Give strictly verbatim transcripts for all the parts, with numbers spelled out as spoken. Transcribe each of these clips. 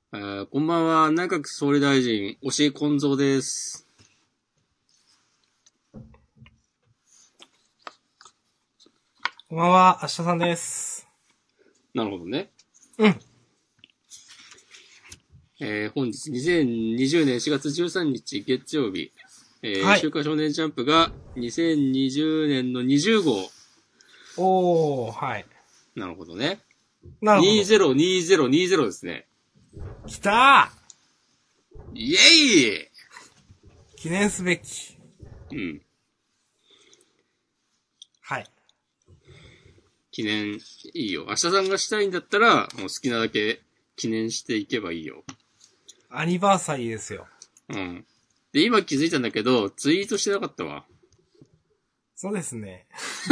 えー、こんばんは、内閣総理大臣、押井金蔵です。 こんばんは、明日さんです。 なるほどね。 うん。 えー、本日にせんにじゅうねんしがつじゅうさんにち月曜日、えー、はい、週刊少年ジャンプがにせんにじゅうねんのにじゅうごう。 おー、はい。 なるほどね。 なるほど。 にせんにじゅうにじゅうですね。 きたーイェイ記念すべき。 うん。 はい。 記念、いいよ。明日さんがしたいんだったら、もう好きなだけ記念していけばいいよ。 アニバーサリーですよ。 うん。で、今気づいたんだけど、ツイートしてなかったわ。 そうですね。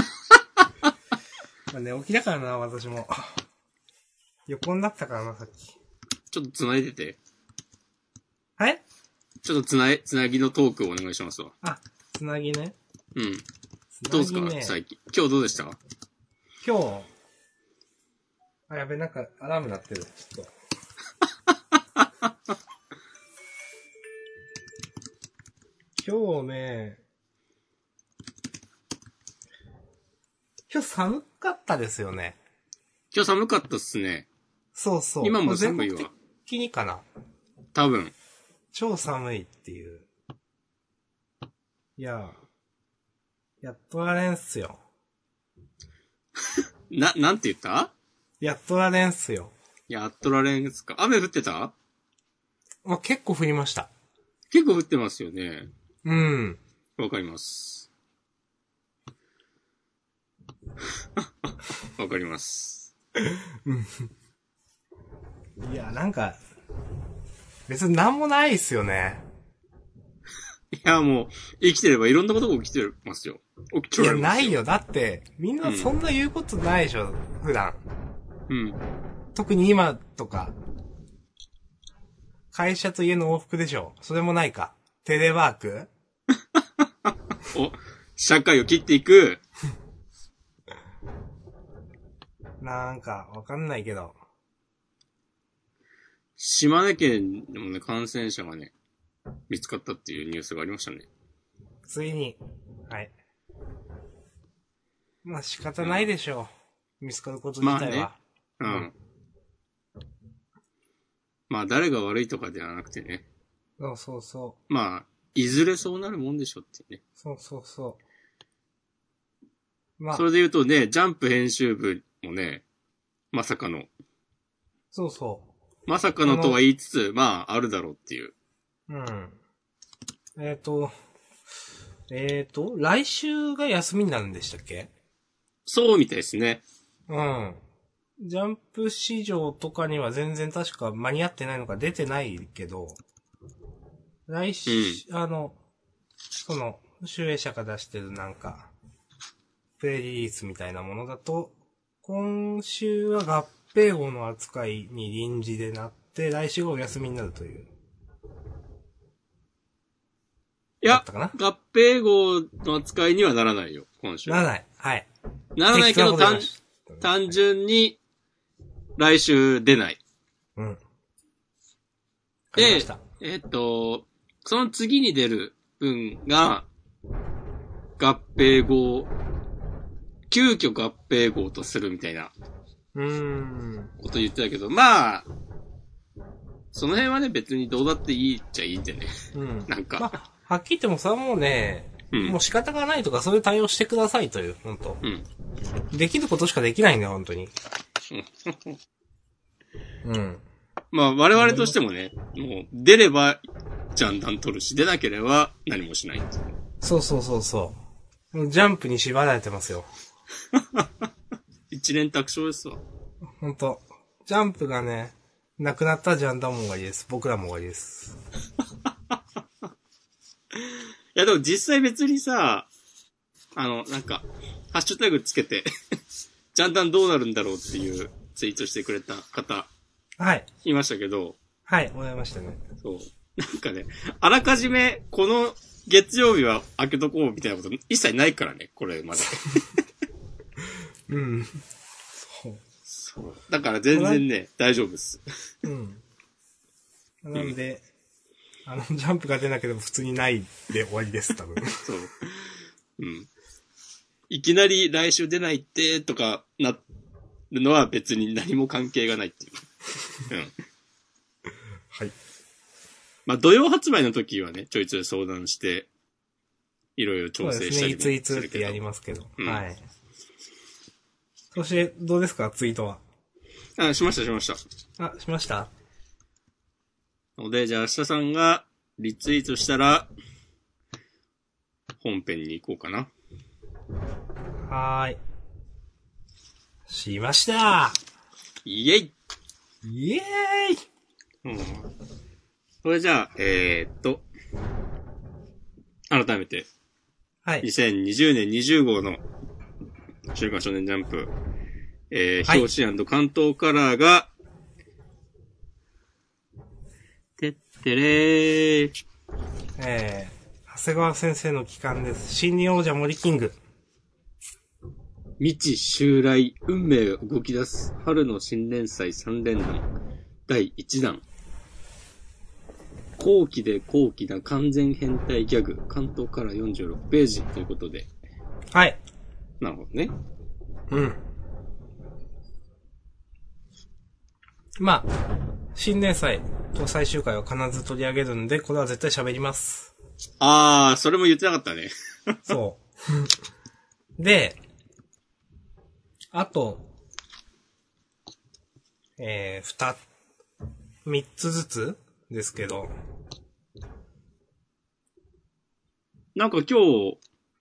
まあね、起きだからな、私も。横になったからな、さっき。 ちょっと繋いでて。 はいちょっとつな、つなぎのトークをお願いしますわ。 あ、つなぎね。 うん。 つどうなぎね、 ですか最近。今日どうでした今日、あ、やべ、なんかアラーム鳴ってる。ちょっと。今日ね、今日寒かったですよね。 今日寒かったっすね。 そうそう。 今も寒いわ。 全国的にかな。 多分。 超寒いっていう。いや、やっとられんっすよ。 な、なんて言ったやっとられんっすよ。 やっとられんすか。雨降ってたまあ、結構降りました。 結構降ってますよね。 うん。 わかります。わかります。 いや、なんか、別になんもないっすよね。 いや、もう、生きてればいろんなことが起きてますよ。起きていや、 ますよ。 ないよ。だって、みんなそんな言うことないでしょ、うん、普段。 うん。 特に今とか。会社と家の往復でしょ。それもないか。テレワークお、社会を切っていく。 なんか、わかんないけど。 島根県でもね、感染者がね、見つかったっていうニュースがありましたね。 ついに。はい。まあ仕方ないでしょう。うん、見つかること自体は。 まあね。うん。まあ誰が悪いとかではなくてね。 そうそうそう。 まあ、いずれそうなるもんでしょってね。 そうそうそう。まあ。 それで言うとね、ジャンプ編集部もね、まさかの。 そうそう。 まさかのとは言いつつ、まあ、あるだろうっていう。 うん。えっ、ー、と、えっ、ー、と、来週が休みになるんでしたっけ？ そうみたいですね。 うん。ジャンプ市場とかには全然確か間に合ってないのか出てないけど、来週、うん、あの、その、集英社が出してるなんか、プレイリリースみたいなものだと、今週は合併号の扱いに臨時でなって、来週がお休みになるという。 いや、合併号の扱いにはならないよ、今週。 ならない。はい。 ならないけど、単、単純に、来週出ない。 うん。 で、えっと、その次に出る分が、合併号、急遽合併号とするみたいな、 うーん。 こと言ってたけど、まあ、その辺はね、別にどうだっていいっちゃいいんでね。うん。なんか。 まあ、はっきり言ってもそれはもうね、うん、もう仕方がないとかそういう対応してくださいという、本当うん。できることしかできないんだよ、本当に。うん。 まあ、我々としてもね、もう、出れば、ジャンダン取るし、出なければ何もしない。 そうそうそうそう。もうジャンプに縛られてますよ。 一連卓勝ですわ。 本当ジャンプがね、なくなったらジャンダンも終わりです。僕らも終わりです。 いやでも実際別にさ、あの、なんか、ハッシュタグつけて、ジャンダンどうなるんだろうっていうツイートしてくれた方。 はい。 いましたけど。 はい、思いましたね。 そう。なんかね、あらかじめ、この月曜日は開けとこうみたいなこと一切ないからね、これまで。 うん。 そう。そう。だから全然ね、大丈夫です。 うん。 なんで、うん、あの、ジャンプが出なければ普通にないで終わりです、多分。 そう。うん。いきなり来週出ないって、とかなるのは別に何も関係がないっていう。うん。 はい。 まあ、土曜発売の時はね、ちょいちょい相談して、いろいろ調整したりもするけど。そうですね、いついつってやりますけど。 うん、 はい。そして、どうですか、ツイートは。 あ、しました、しました。 あ、しましたので、じゃあ、明日さんがリツイートしたら、本編に行こうかな。 はーい。しましたイェイイェーイうん。それじゃあ、えー、っと、改めて、 はい。 にせんにじゅうねんにじゅう号の週刊少年ジャンプ、えー、はい、表紙&関東カラーが、てってれー。 えー、長谷川先生の帰還です。新任王者森キング。 未知襲来、運命が動き出す、春の新連載さん連弾、だいいちだん。後期で後期な完全変態ギャグ、関東からよんじゅうろくページということで。 はい。 なるほどね。 うん。まあ、新連載と最終回は必ず取り上げるんで、これは絶対喋ります。 あー、それも言ってなかったね。 そう。で、あと、えー、二、三つずつですけど。 なんか今日、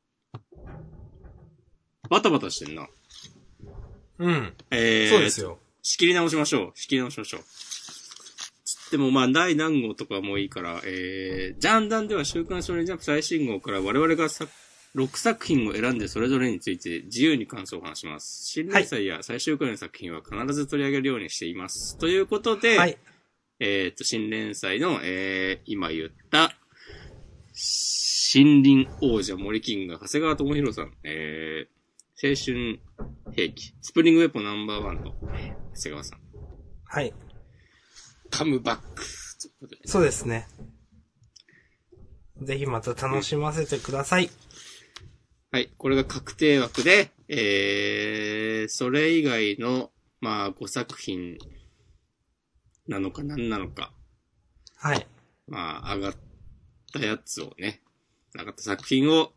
バタバタしてんな。 うん。 えー、 そうですよ。 仕切り直しましょう。仕切り直しましょう。つってもまあ、第何号とかもいいから、えー、ジャンダンでは週刊少年ジャンプ最新号から我々がさろくさく品を選んでそれぞれについて自由に感想を話します。新連載や最終回の作品は必ず取り上げるようにしています。ということで、はい、えっと、新連載の、えー、今言った、森林王者森キング、長谷川智弘さん、えー、青春兵器、スプリングウェポンナンバーワンの、えー、長谷川さん。 はい。 カムバック。 そうですね。ぜひまた楽しませてください。うん、 はい。これが確定枠で、えー、それ以外の、まあ、ごさく品なのか何なのか。 はい。 まあ、上がったやつをね、上がった作品を、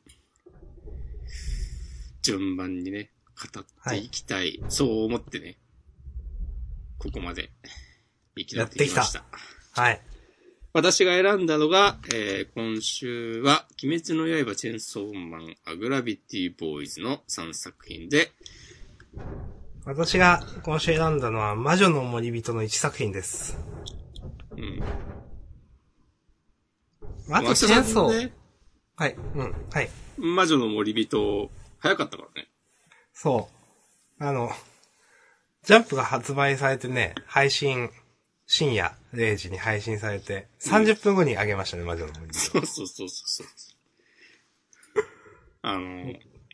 順番にね、語っていきたい。はい、そう思ってね、ここまで生きなってきました。 はい。 私が選んだのが、えー、今週は、鬼滅の刃チェンソーマンアグラビティボーイズのさんさく品で、 私が今週選んだのは、魔女の森人のいちさく品です。 うん。 あとチェンソー。ね、はい、うん、はい。 魔女の森人、早かったからね。 そう。あの、ジャンプが発売されてね、配信、深夜れいじに配信されて、さんじゅっぷんごに上げましたね、うん、魔女の森人。 そうそうそうそう。あの、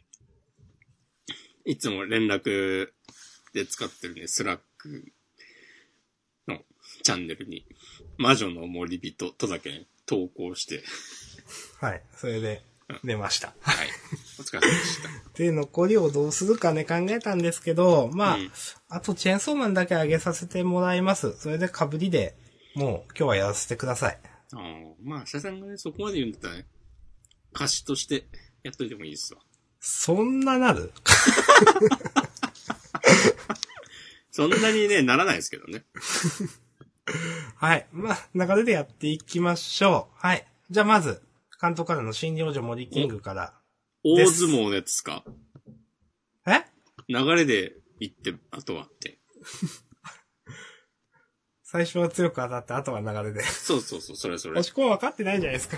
いつも連絡で使ってるね、スラックのチャンネルに、魔女の森人とだけ、ね、投稿して。 はい、それで出ました。 うん、はい。お疲れ様でした。 で、残りをどうするかね、考えたんですけど、まあ、うん、あとチェーンソーマンだけ上げさせてもらいます。それで被りで、もう今日はやらせてください。 ああ、まあ、社さんがね、そこまで言うんだったらね、歌詞としてやっといてもいいですわ。 そんななるそんなにね、ならないですけどね。 はい。まあ、流れでやっていきましょう。はい。じゃあまず、関東からの新領女森キングから。 大相撲のやつですか？ え？ 流れで行って、あとはって。 最初は強く当たって、あとは流れで。 そうそうそう、それそれ。 押し込は分かってないじゃないですか。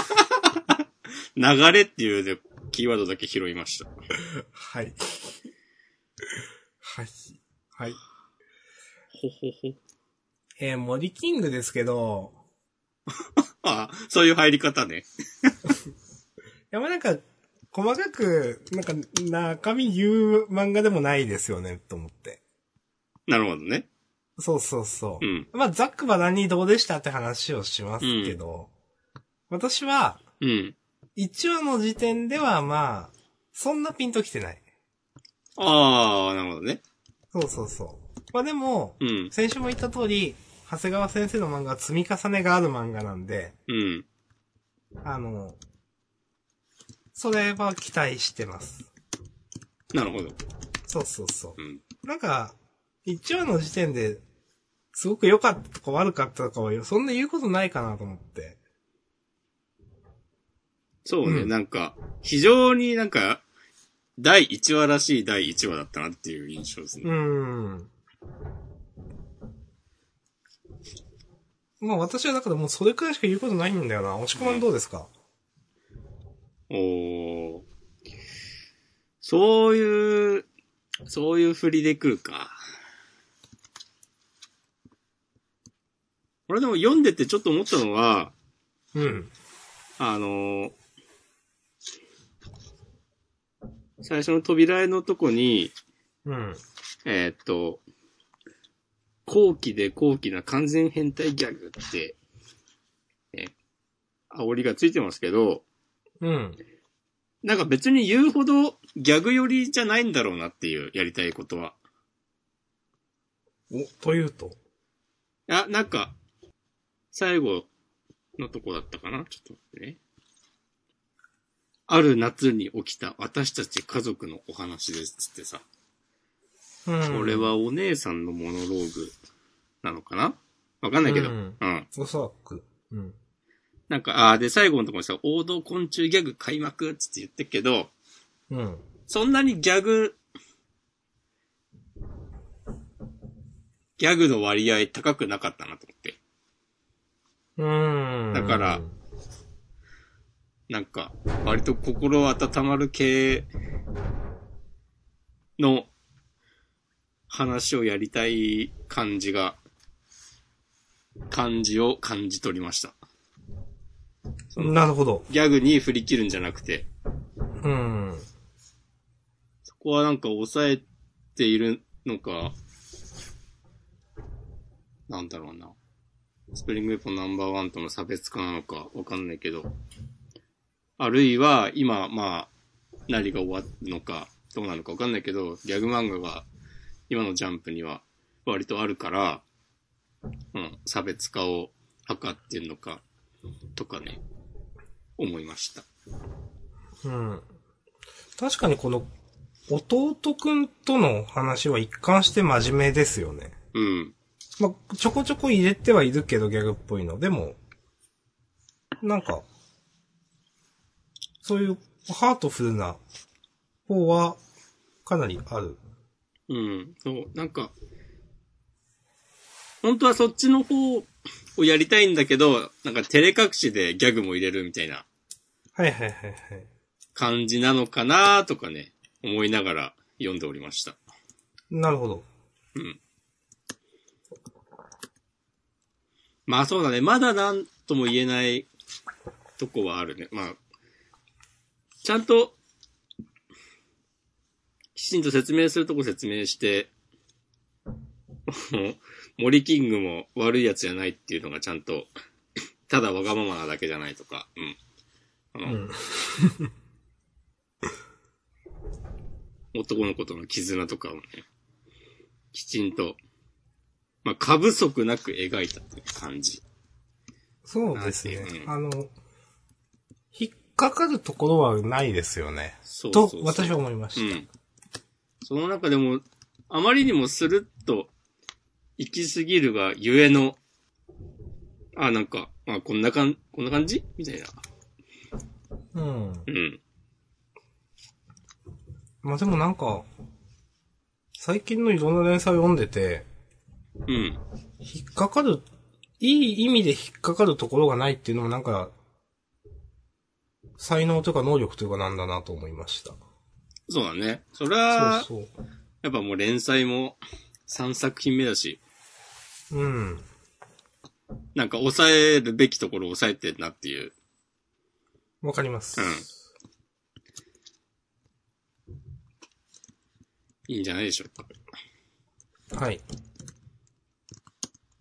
流れっていうで、キーワードだけ拾いました。 はい。はい。はい。 ほほほ。 えー、森キングですけど。 ああ、そういう入り方ね。 いや、まあなんか、細かく、なんか、中身言う漫画でもないですよね、と思って。 なるほどね。 そうそうそう。 うん。 まあ、ざっくばらんにどうでしたって話をしますけど、うん、私は、 うん。 いちわの時点ではまあ、そんなピンときてない。 ああ、なるほどね。 そうそうそう。まあでも、 うん。 先週も言った通り、長谷川先生の漫画は積み重ねがある漫画なんで、 うん。 あの、それは期待してます。 なるほど。 そうそうそう。 うん、 なんか、いちわの時点で、すごく良かったとか悪かったとかは、そんな言うことないかなと思って。 そうね、 うん、 なんか、非常になんか、だいいちわらしいだいいちわだったなっていう印象ですね。 うーん。まあ私はだからもうそれくらいしか言うことないんだよな。押し込まんどうですか？ うん、おー。そういう、そういう振りで来るか。俺でも読んでてちょっと思ったのは、 うん。 あのー、最初の扉絵のとこに、 うん。 えー、っと、後期で後期な完全変態ギャグって、え、煽りがついてますけど、 うん。 なんか別に言うほどギャグ寄りじゃないんだろうなっていう、やりたいことは。 お、というと。 いや、なんか、最後のとこだったかな？ちょっと待ってね。ある夏に起きた私たち家族のお話ですつってさ。うん。これはお姉さんのモノローグなのかな？わかんないけど。うん。うん、 おそらく。うん。 なんか、あーで、最後のところにさ、王道昆虫ギャグ開幕つって言ってるけど、 うん。 そんなにギャグ、ギャグの割合高くなかったなと思って。 うーん。 だから、なんか、割と心温まる系の話をやりたい感じが、感じを感じ取りました。 なるほど。 ギャグに振り切るんじゃなくて。 うん。 そこはなんか抑えているのか、なんだろうな。スプリングウェポンナンバーワンとの差別化なのかわかんないけど。あるいは、今、まあ、何が終わるのか、どうなのかわかんないけど、ギャグ漫画が今のジャンプには割とあるから、うん、差別化を図ってんのか、とかね、思いました。 うん。確かにこの、弟くんとの話は一貫して真面目ですよね。 うん。 まあ、ちょこちょこ入れてはいるけどギャグっぽいの。でも、なんか、そういうハートフルな方はかなりある。 うん。そう、なんか、本当はそっちの方をやりたいんだけど、なんか照れ隠しでギャグも入れるみたいな。 はいはいはいはい。 感じなのかなとかね、思いながら読んでおりました。 なるほど。 うん。まあそうだね。まだなんとも言えないとこはあるね。まあ、ちゃんと、きちんと説明するとこ説明して、森キングも悪いやつじゃないっていうのがちゃんと、ただわがままなだけじゃないとか、うん。あの、うん、男の子との絆とかをね、きちんと、まあ、過不足なく描いたって感じ。 そうですね。うん、あの、引っかかるところはないですよね。そうそうそうと、私は思いました。うん。 その中でも、あまりにもスルッと行き過ぎるがゆえの、あ、なんか、あ、こんなかん、こんな感じみたいな。 うん。 うん。 まあでもなんか、最近のいろんな連載を読んでて、 うん。 引っかかる、いい意味で引っかかるところがないっていうのもなんか、才能というか能力というかなんだなと思いました。 そうだね。それは、 そうそう。 やっぱもう連載もさんさく品目だし。 うん。 なんか抑えるべきところを抑えてるなっていう。 わかります。 うん。いいんじゃないでしょうか。 はい。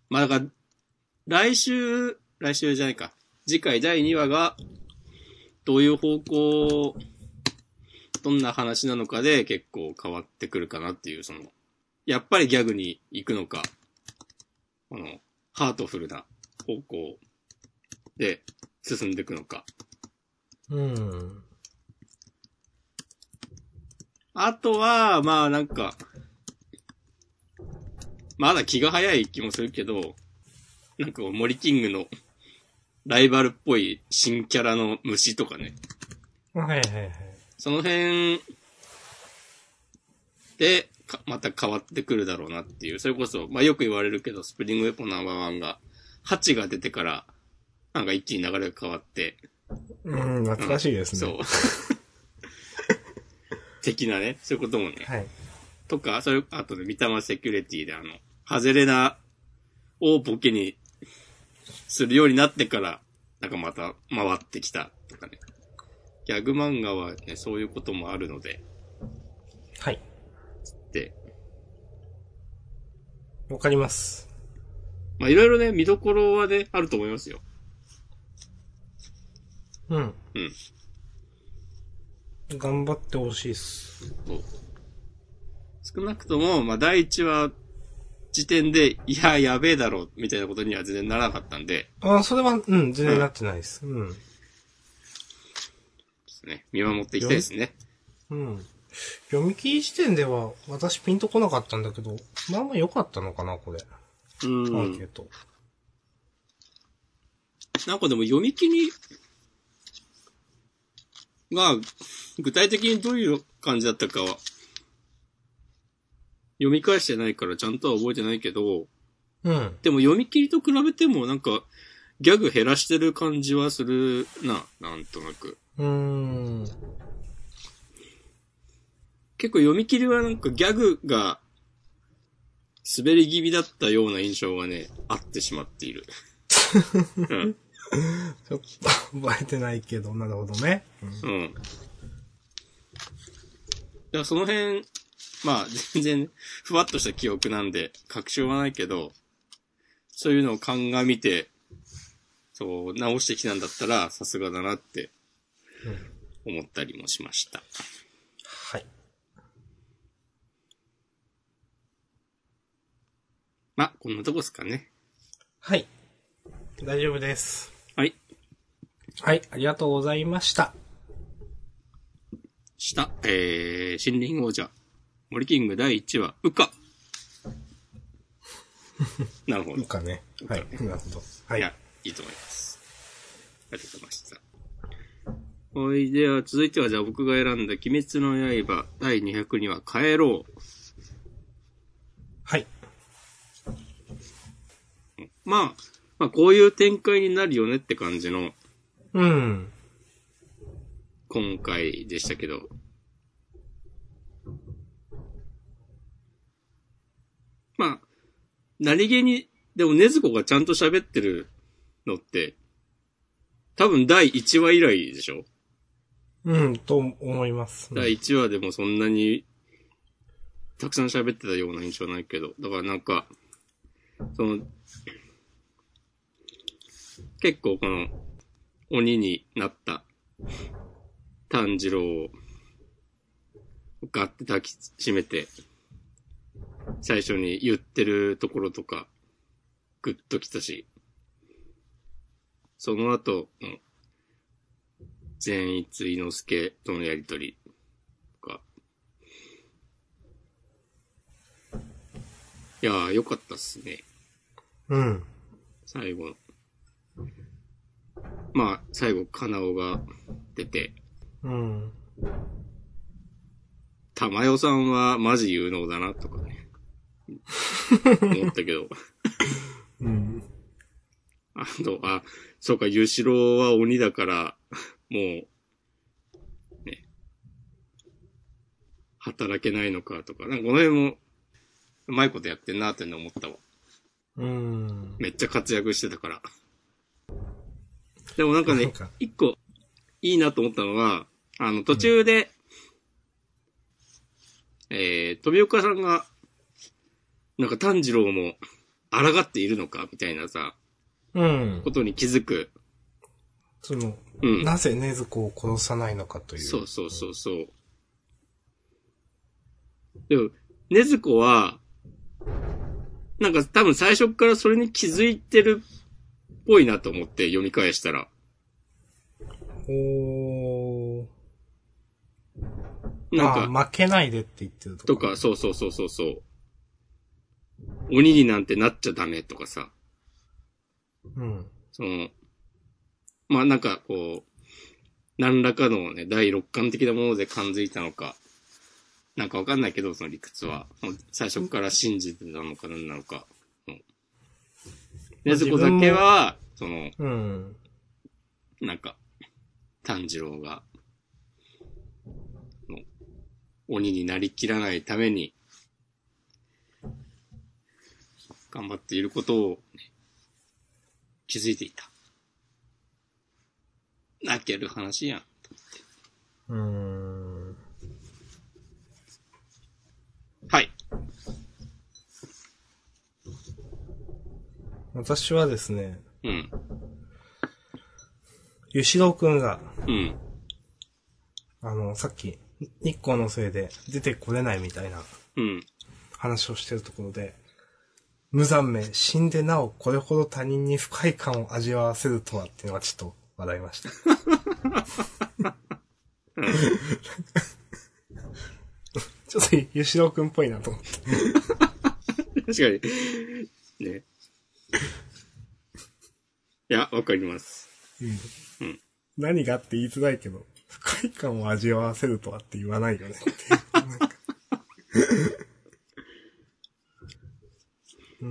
まあだから、来週、来週じゃないか。次回だいにわが、どういう方向、どんな話なのかで結構変わってくるかなっていう、その、やっぱりギャグに行くのか、この、ハートフルな方向で進んでいくのか。 うん。 あとは、まあなんか、まだ気が早い気もするけど、なんか森キングのライバルっぽい新キャラの虫とかね。 はいはいはい。 その辺で、また変わってくるだろうなっていう。それこそ、まあよく言われるけど、スプリングウェポンナンバーワンが、はちが出てから、なんか一気に流れが変わって。 うん、懐かしいですね。 うん、そう。的なね、そういうこともね。 はい。 とか、それ、あとね、ビタマセキュリティであの、ハゼレナをボケにするようになってから、なんかまた回ってきたとかね。ギャグ漫画はね、そういうこともあるので。 はい。 で。 わかります。 まあ、いろいろね、見どころはね、あると思いますよ。 うん。 うん。 頑張ってほしいっす。 そう。少なくとも、まあ、第一話時点で、いや、やべえだろ、みたいなことには全然ならなかったんで。 あ、それは、うん、全然なってないです。うん。うん、 ですね。見守っていきたいですね。 うん。読み切り時点では、私ピンとこなかったんだけど、まあまあ良かったのかな、これ。 うん。 アンケート。 なんかでも読み切りが、具体的にどういう感じだったかは、読み返してないからちゃんとは覚えてないけど、 うん。 でも読み切りと比べてもなんか、ギャグ減らしてる感じはするな、なんとなく。 うーん。 結構読み切りはなんかギャグが滑り気味だったような印象がね、あってしまっている。うん、 ちょっと覚えてないけど、なるほどね。 うん。うん。だからその辺、まあ全然ふわっとした記憶なんで確証はないけど、そういうのを鑑みて、そう直してきたんだったらさすがだなって思ったりもしました。 はい。 まあこんなとこですかね。 はい。大丈夫です。 はい。 はい、ありがとうございました。 した、えー、森林王者、森キングだいいちわ、ウカ。なるほど。 ウカね。はい。なるほど。はい。 いや、いいと思います。ありがとうございました。はい、では続いてはじゃあ僕が選んだ鬼滅の刃だいにひゃくにわ帰ろう。 はい。 まあ、まあこういう展開になるよねって感じの、 うん。 今回でしたけど。まあ、何気に、でもねずこがちゃんと喋ってるのって、多分だいいちわ以来でしょ？ うん、と思います。 だいいちわでもそんなに、たくさん喋ってたような印象ないけど、だからなんか、その、結構この、鬼になった炭治郎をガッて抱きしめて、最初に言ってるところとか、グッときたし、その後、善逸伊之助とのやりとりとか、いやーよかったっすね。 うん。 最後の。まあ、最後、カナオが出て、 うん。 玉代さんはマジ有能だな、とかね。思ったけど。 うん。 あの、あ、そうか、ユシロは鬼だから、もう、ね、働けないのかとか、なんかこの辺も、うまいことやってんなって思ったわ。 うん。 めっちゃ活躍してたから。でもなんかね、一個いいなと思ったのは、あの途中で、うん、えー、富岡さんが、なんか炭治郎も抗っているのかみたいなさ、 うん。 ことに気づく。 その、 うん。 なぜ禰豆子を殺さないのかという。 そうそうそうそう。でも、禰豆子は、なんか多分最初からそれに気づいてるっぽいなと思って読み返したら。 おー。 なんか、 まあ、負けないでって言ってるとか。とか、そうそうそうそうそう。鬼になんてなっちゃダメとかさ。 うん。 その、まあなんかこう、何らかのね、第六感的なもので感づいたのか、なんかわかんないけど、その理屈は。最初から信じてたのか何なのか。禰豆子だけは、その、 うん。 なんか、炭治郎が、鬼になりきらないために、頑張っていることを、ね、気づいていた。泣ける話やん。 うーん。 はい。 私はですね。 うん。 ゆしろくんが。 うん。 あの、さっき、日光のせいで出てこれないみたいな。 うん。 話をしてるところで、無残め、死んでなおこれほど他人に不快感を味わわせるとはっていうのはちょっと笑いました。ちょっとゆしろくんっぽいなと思って。 確かに。ね。いや、わかります。 うん。うん。何がって言いづらいけど、不快感を味わわせるとはって言わないよねっていう。うん。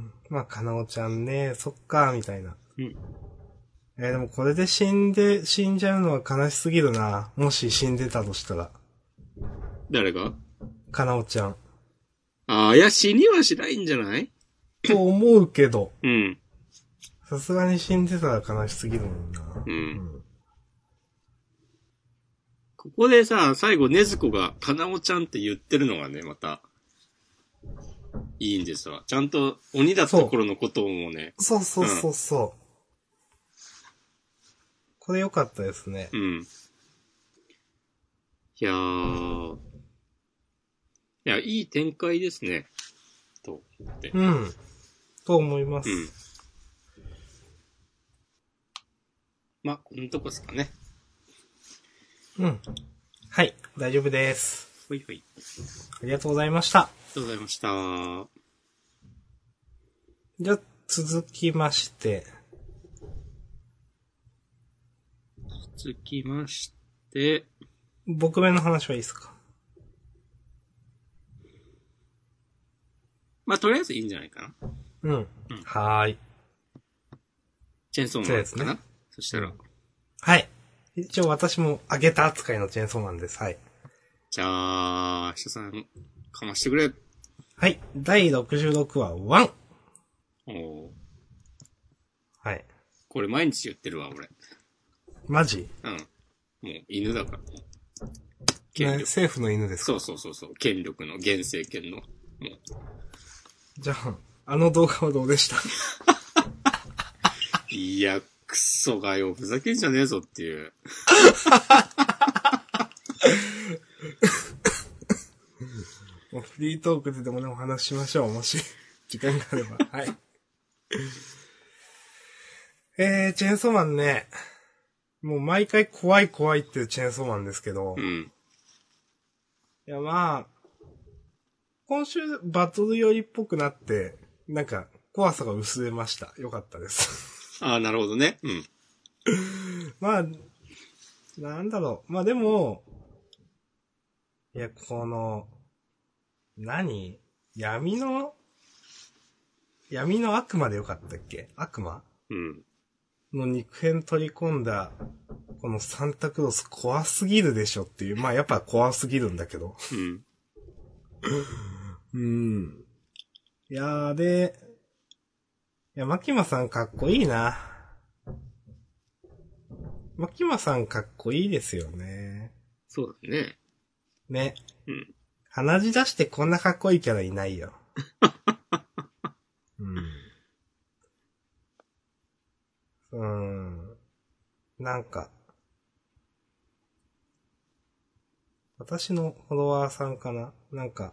まあ、かなおちゃんね、そっか、みたいな。うん。えー、でもこれで死んで、死んじゃうのは悲しすぎるな。もし死んでたとしたら。 誰が？ かなおちゃん。 ああ、いや、死にはしないんじゃない？ と思うけど。 うん。 さすがに死んでたら悲しすぎるもんな。 うん。うん、ここでさ、最後、ねずこが、かなおちゃんって言ってるのがね、また、いいんですわ。ちゃんと、鬼だった頃のこともね。 そうそうそうそう。うん、これ良かったですね。 うん。いやー。いや、いい展開ですね。と思って。 うん。と思います。うん。 まあ、こんなとこですかね。 うん。はい、大丈夫です。 ほいほい。 ありがとうございました。ありがとうございました。 じゃあ、続きまして。 続きまして。 僕めの話はいいですか？ まあ、とりあえずいいんじゃないかな。 うん。うん、はーい。 チェーンソーマンですかな？ そ, ね、そしたら。 はい。一応私もあげた扱いのチェーンソーマンです。はい。 じゃあ、人さん、かましてくれ。 はい。だいろくじゅうろくわ、ワン。 おー。 はい。 これ毎日言ってるわ、俺。 マジ？ うん。もう犬だから。 権力。ね、政府の犬ですか？ そうそうそうそう。権力の、現政権の。もう。 じゃあ、あの動画はどうでした？ いや、クソがよ、ふざけんじゃねえぞっていう。 もうフリートークででもね、お話ししましょう。もし、時間があれば。はい。えー、チェーンソーマンね、もう毎回怖い怖いっていうチェーンソーマンですけど、うん。いや、まあ、今週バトル寄りっぽくなって、なんか、怖さが薄れました。よかったです。 ああ、なるほどね。うん。 まあ、なんだろう。まあでも、いや、この、何？闇の、闇の悪魔でよかったっけ？悪魔？うん。の肉片取り込んだ、このサンタクロース怖すぎるでしょっていう。まあやっぱ怖すぎるんだけど。うん。うん。いやーで、いや、マキマさんかっこいいな。マキマさんかっこいいですよね。 そうだね。 ね。うん。鼻血出してこんなかっこいいキャラいないよ。うん。 うーん。なんか、私のフォロワーさんかななんか、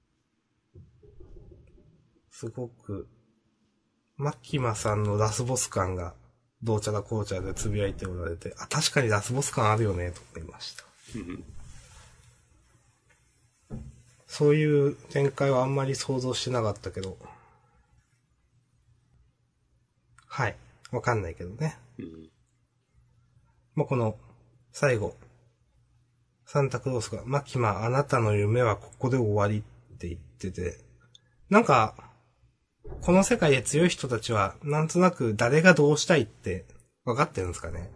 すごく、マキマさんのラスボス感が、どうちゃらこうちゃらでつぶやいておられて、あ、確かにラスボス感あるよね、と思いました。そういう展開はあんまり想像してなかったけど。はい。わかんないけどね。うん、まあ、この、最後。サンタクロースが、マキマ、あなたの夢はここで終わりって言ってて、なんか、この世界で強い人たちは、なんとなく誰がどうしたいって分かってるんですかね。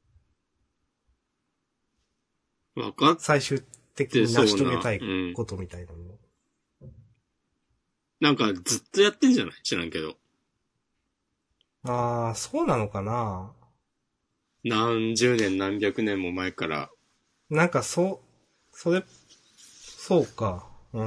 分かって、 最終的に成し遂げたいことみたいなの、うん。 なんかずっとやってんじゃない？知らんけど。 ああ、そうなのかな。 何十年何百年も前から。 なんかそう、それ、そうか。うん。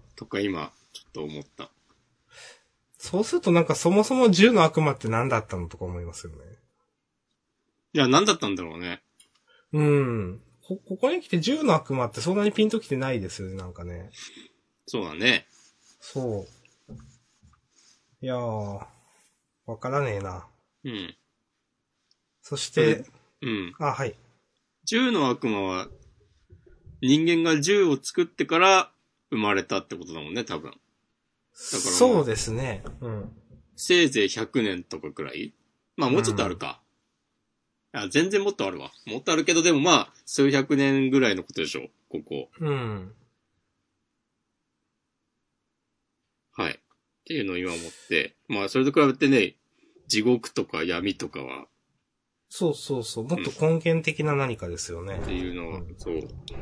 とか今、ちょっと思った。 そうするとなんかそもそも銃の悪魔って何だったのとか思いますよね。 いや、何だったんだろうね。 うん。こ、ここに来て銃の悪魔ってそんなにピンときてないですよね、なんかね。 そうだね。 そう。いやー、わからねえな。 うん。 そして、 うん。 あ、はい。 銃の悪魔は、人間が銃を作ってから生まれたってことだもんね、多分。だから、まあ、 そうですね。うん。 せいぜいひゃくねんとかくらい？まあもうちょっとあるか。うん、あ、全然もっとあるわ。もっとあるけど、でもまあ、数百年ぐらいのことでしょ、ここ。 うん。 はい。っていうのを今思って。まあ、それと比べてね、地獄とか闇とかは。 そうそうそう。もっと根源的な何かですよね。 うん、っていうのは、うん、そう。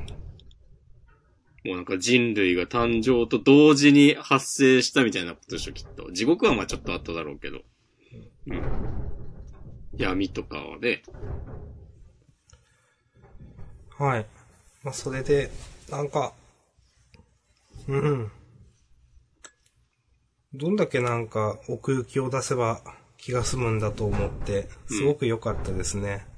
もうなんか人類が誕生と同時に発生したみたいなことでしょ、きっと。地獄はまあちょっと後だろうけど。うん。闇とかはね。 はい。まあ、それで、なんか、うん。どんだけなんか奥行きを出せば気が済むんだと思って、すごく良かったですね。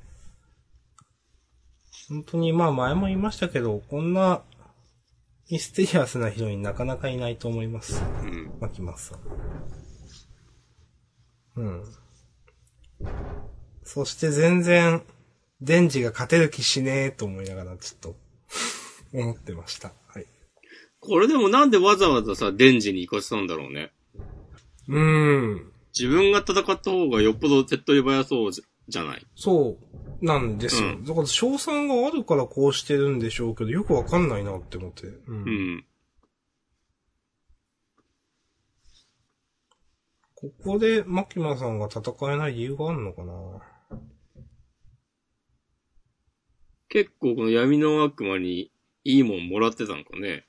うん、本当にまあ前も言いましたけど、こんなミステリアスなヒロインなかなかいないと思います。うん。マキマスさん。うん。そして全然、デンジが勝てる気しねえと思いながらちょっと思ってました。はい。 これでもなんでわざわざさ、デンジに行かせたんだろうね。 うーん。 自分が戦った方がよっぽど手っ取り早そうじ ゃ, じゃない。 そうなんですよ。うん、だから賞賛があるからこうしてるんでしょうけど、よくわかんないなって思って。うん。うん、ここでマキマさんが戦えない理由があるのかな。 結構この闇の悪魔にいいもんもらってたのかね。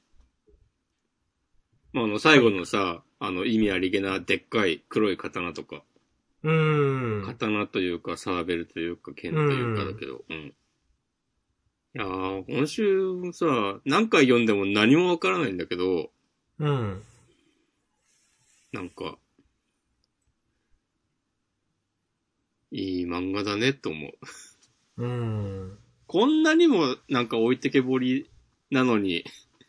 まあ、あの最後のさ、はい、あの意味ありげなでっかい黒い刀とか。 うーん。 刀というかサーベルというか剣というかだけど。うん。うん、いやー、今週さ、何回読んでも何もわからないんだけど。 うん。 なんか、いい漫画だねと思う。うん。 こんなにもなんか置いてけぼりなのに、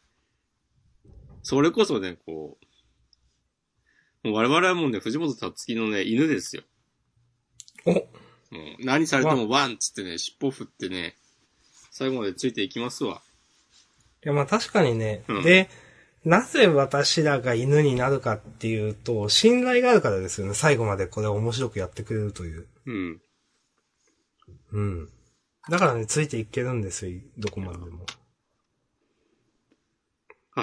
それこそね、こう、もう我々はもうね、藤本たつきのね、犬ですよ。 お、 もう何されてもワンっつってね、尻尾振ってね、最後までついていきますわ。 いや、まあ確かにね、うん、で、なぜ私らが犬になるかっていうと、信頼があるからですよね。最後までこれを面白くやってくれるという。 うん。 うん。だからね、ついていけるんですよ、どこまでも。 はい。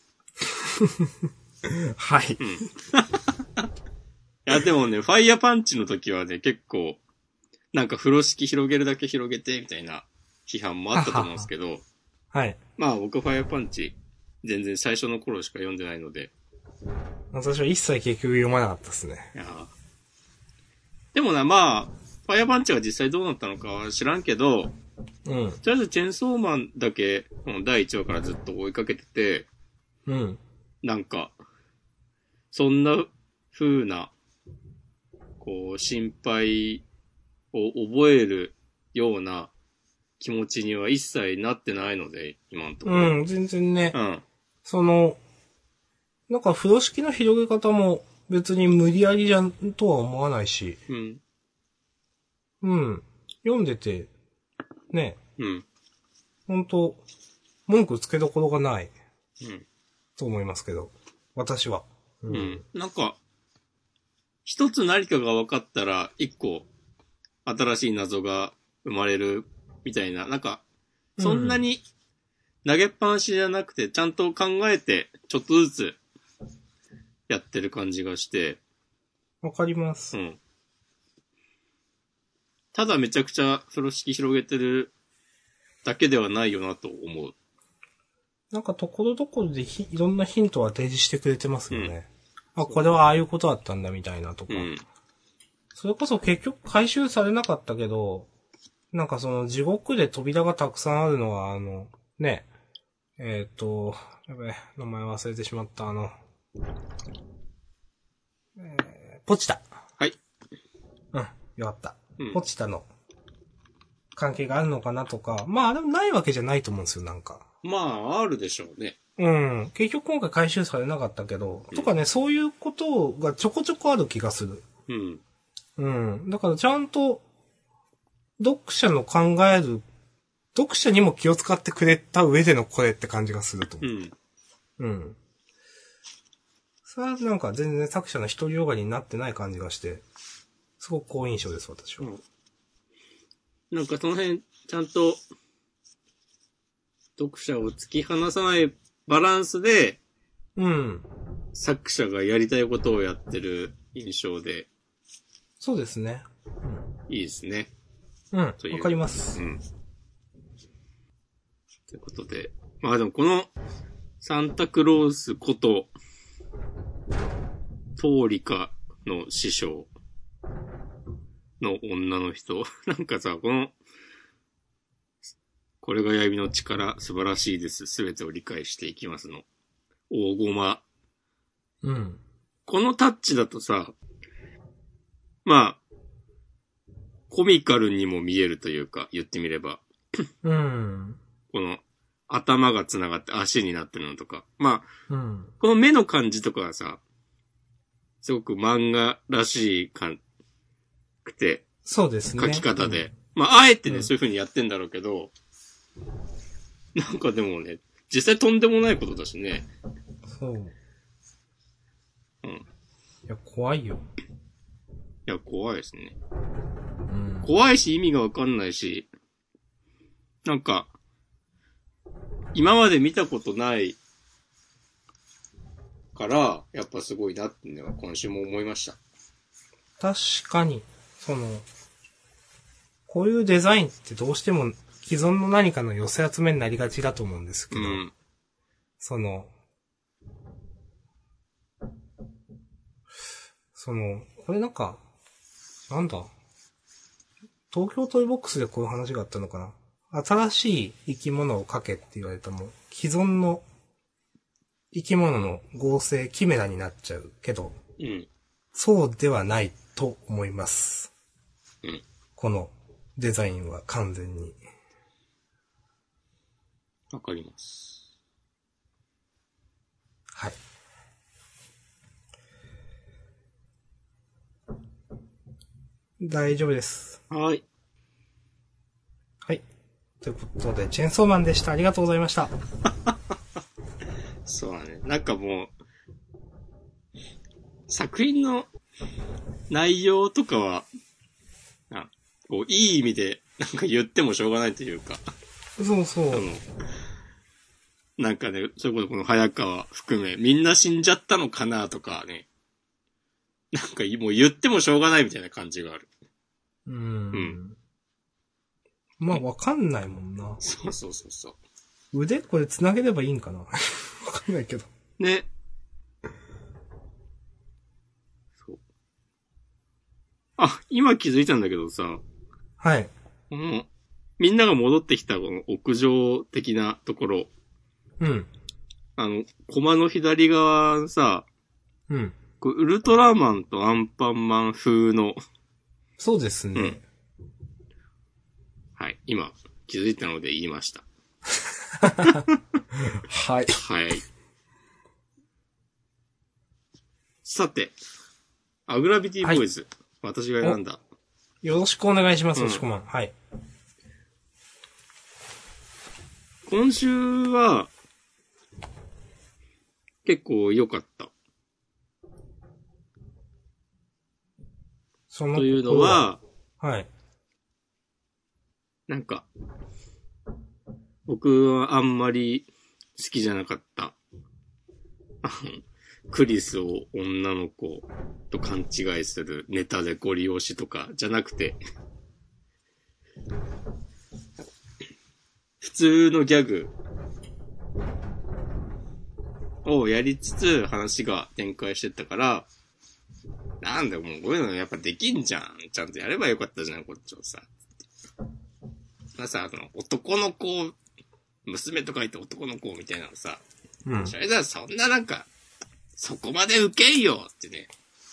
はい。うん、いや、でもね、ファイヤーパンチの時はね、結構、なんか風呂敷広げるだけ広げて、みたいな批判もあったと思うんですけど。はははい。 まあ僕ファイヤーパンチ、全然最初の頃しか読んでないので。 私は一切結局読まなかったですね。 いやでもな、まあ、ファイヤーパンチは実際どうなったのかは知らんけど、 うん。 とりあえずチェンソーマンだけ、だいいちわからずっと追いかけてて、 うん。 なんか、そんな風な、こう、心配を覚えるような気持ちには一切なってないので、今のところ。 うん、全然ね。 うん。 その、なんか風呂敷の広げ方も別に無理やりじゃんとは思わないし。 うん。 うん。読んでて、ね。 うん。 ほんと、文句つけどころがない。 うん。 と思いますけど。私は。 うん。うん、なんか、一つ何かが分かったら、一個、新しい謎が生まれる、みたいな。なんか、そんなに投げっぱなしじゃなくて、ちゃんと考えて、ちょっとずつ、やってる感じがして。 わかります。 うん。ただめちゃくちゃ風呂敷広げてるだけではないよなと思う。 なんかところどころでひいろんなヒントは提示してくれてますよね。うん、あ、これはああいうことだったんだみたいなとか。うん、それこそ結局回収されなかったけど、なんかその地獄で扉がたくさんあるのはあの、ね、えっ、ー、と、やべえ、名前忘れてしまった、あの、えー、ポチタ。 はい。 うん、よかった。うん、ポチタの関係があるのかなとか、まあでもないわけじゃないと思うんですよ、なんか。 まあ、あるでしょうね。 うん。結局今回回収されなかったけど、うん、とかね、そういうことがちょこちょこある気がする。 うん。 うん。だからちゃんと、読者の考える、読者にも気を使ってくれた上でのこれって感じがすると。うん。うん。それはなんか全然作者の独りよがりになってない感じがして、すごく好印象です、私は。うん、 なんかその辺、ちゃんと、読者を突き放さないバランスで、 うん。 作者がやりたいことをやってる印象で。 そうですね。 うん、いいですね。 うん。わかります。 うん。ということで。まあでもこの、サンタクロースこと、トーリカの師匠の女の人。なんかさ、この、これが闇の力、素晴らしいです。すべてを理解していきますの。大駒。 うん。 このタッチだとさ、まあ、コミカルにも見えるというか、言ってみれば。 うん。 この、頭が繋がって足になってるのとか。まあ、うん、 この目の感じとかはさ、すごく漫画らしい感くて。 そうですね。 書き方で。うん、まあ、あえてね、うん、そういう風にやってんだろうけど、なんかでもね、実際とんでもないことだしね。 そう。 うん。 いや、怖いよ。 いや、怖いですね。 うん、 怖いし意味がわかんないし、なんか、今まで見たことないから、やっぱすごいなっていうのは今週も思いました。 確かに、その、こういうデザインってどうしても既存の何かの寄せ集めになりがちだと思うんですけど、うん、その、その、これなんか、なんだ、東京トイボックスでこういう話があったのかな。新しい生き物を描けって言われたもん、既存の生き物の合成、キメラになっちゃうけど、 うん、 そうではないと思います。 うん、 このデザインは完全に。 わかります。 はい。大丈夫です。 はい。 はい。ということで、チェンソーマンでした。ありがとうございました。 そうだね。なんかもう、作品の内容とかは、あこういい意味でなんか言ってもしょうがないというか。 そうそう。 あの、なんかね、そういうことこの早川含め、みんな死んじゃったのかなとかね。なんかもう言ってもしょうがないみたいな感じがある。 うーん。うん。まあわかんないもんな。 そうそうそうそう。 腕これ繋げればいいんかなわかんないけど。 ね。そう。あ、今気づいたんだけどさ。 はい。 この、みんなが戻ってきたこの屋上的なところ。 うん。 あの、コマの左側さ。 うん。 これウルトラマンとアンパンマン風の。 そうですね。 うん、 はい。今、気づいたので言いました。 はい。 はい。さて、アグラビティボーイズ。はい、私が選んだ。 よろしくお願いします、おしこまん。はい。 今週は、結構良かった。 そのというのは、 はい。 なんか、僕はあんまり好きじゃなかった。クリスを女の子と勘違いするネタでご利用しとかじゃなくて、普通のギャグをやりつつ話が展開してったから、なんだよ、もうこういうのやっぱできんじゃん。ちゃんとやればよかったじゃん、こっちをさ。まさ、あの、男の子、娘とか言って男の子みたいなのさ、うん。それじゃそんななんか、そこまで受けんよってね、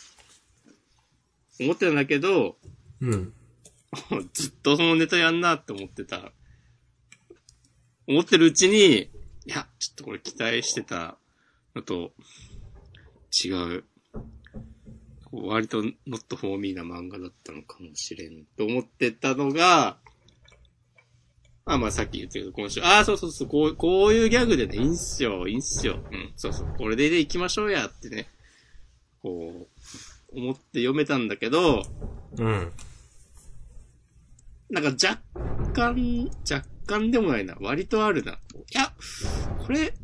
思ってたんだけど、 うん。 ずっとそのネタやんなって思ってた。思ってるうちに、いや、ちょっとこれ期待してたのと違う。割と not for me な漫画だったのかもしれんと思ってたのが、あ、まあさっき言ったけど、今週、ああ、そうそうそう、こう、こういうギャグでね、いいんすよ、いいんすよ。うん、そうそう、これでで行きましょうやってね、こう、思って読めたんだけど、 うん。 なんか若干、若干でもないな、割とあるな。いや、これ、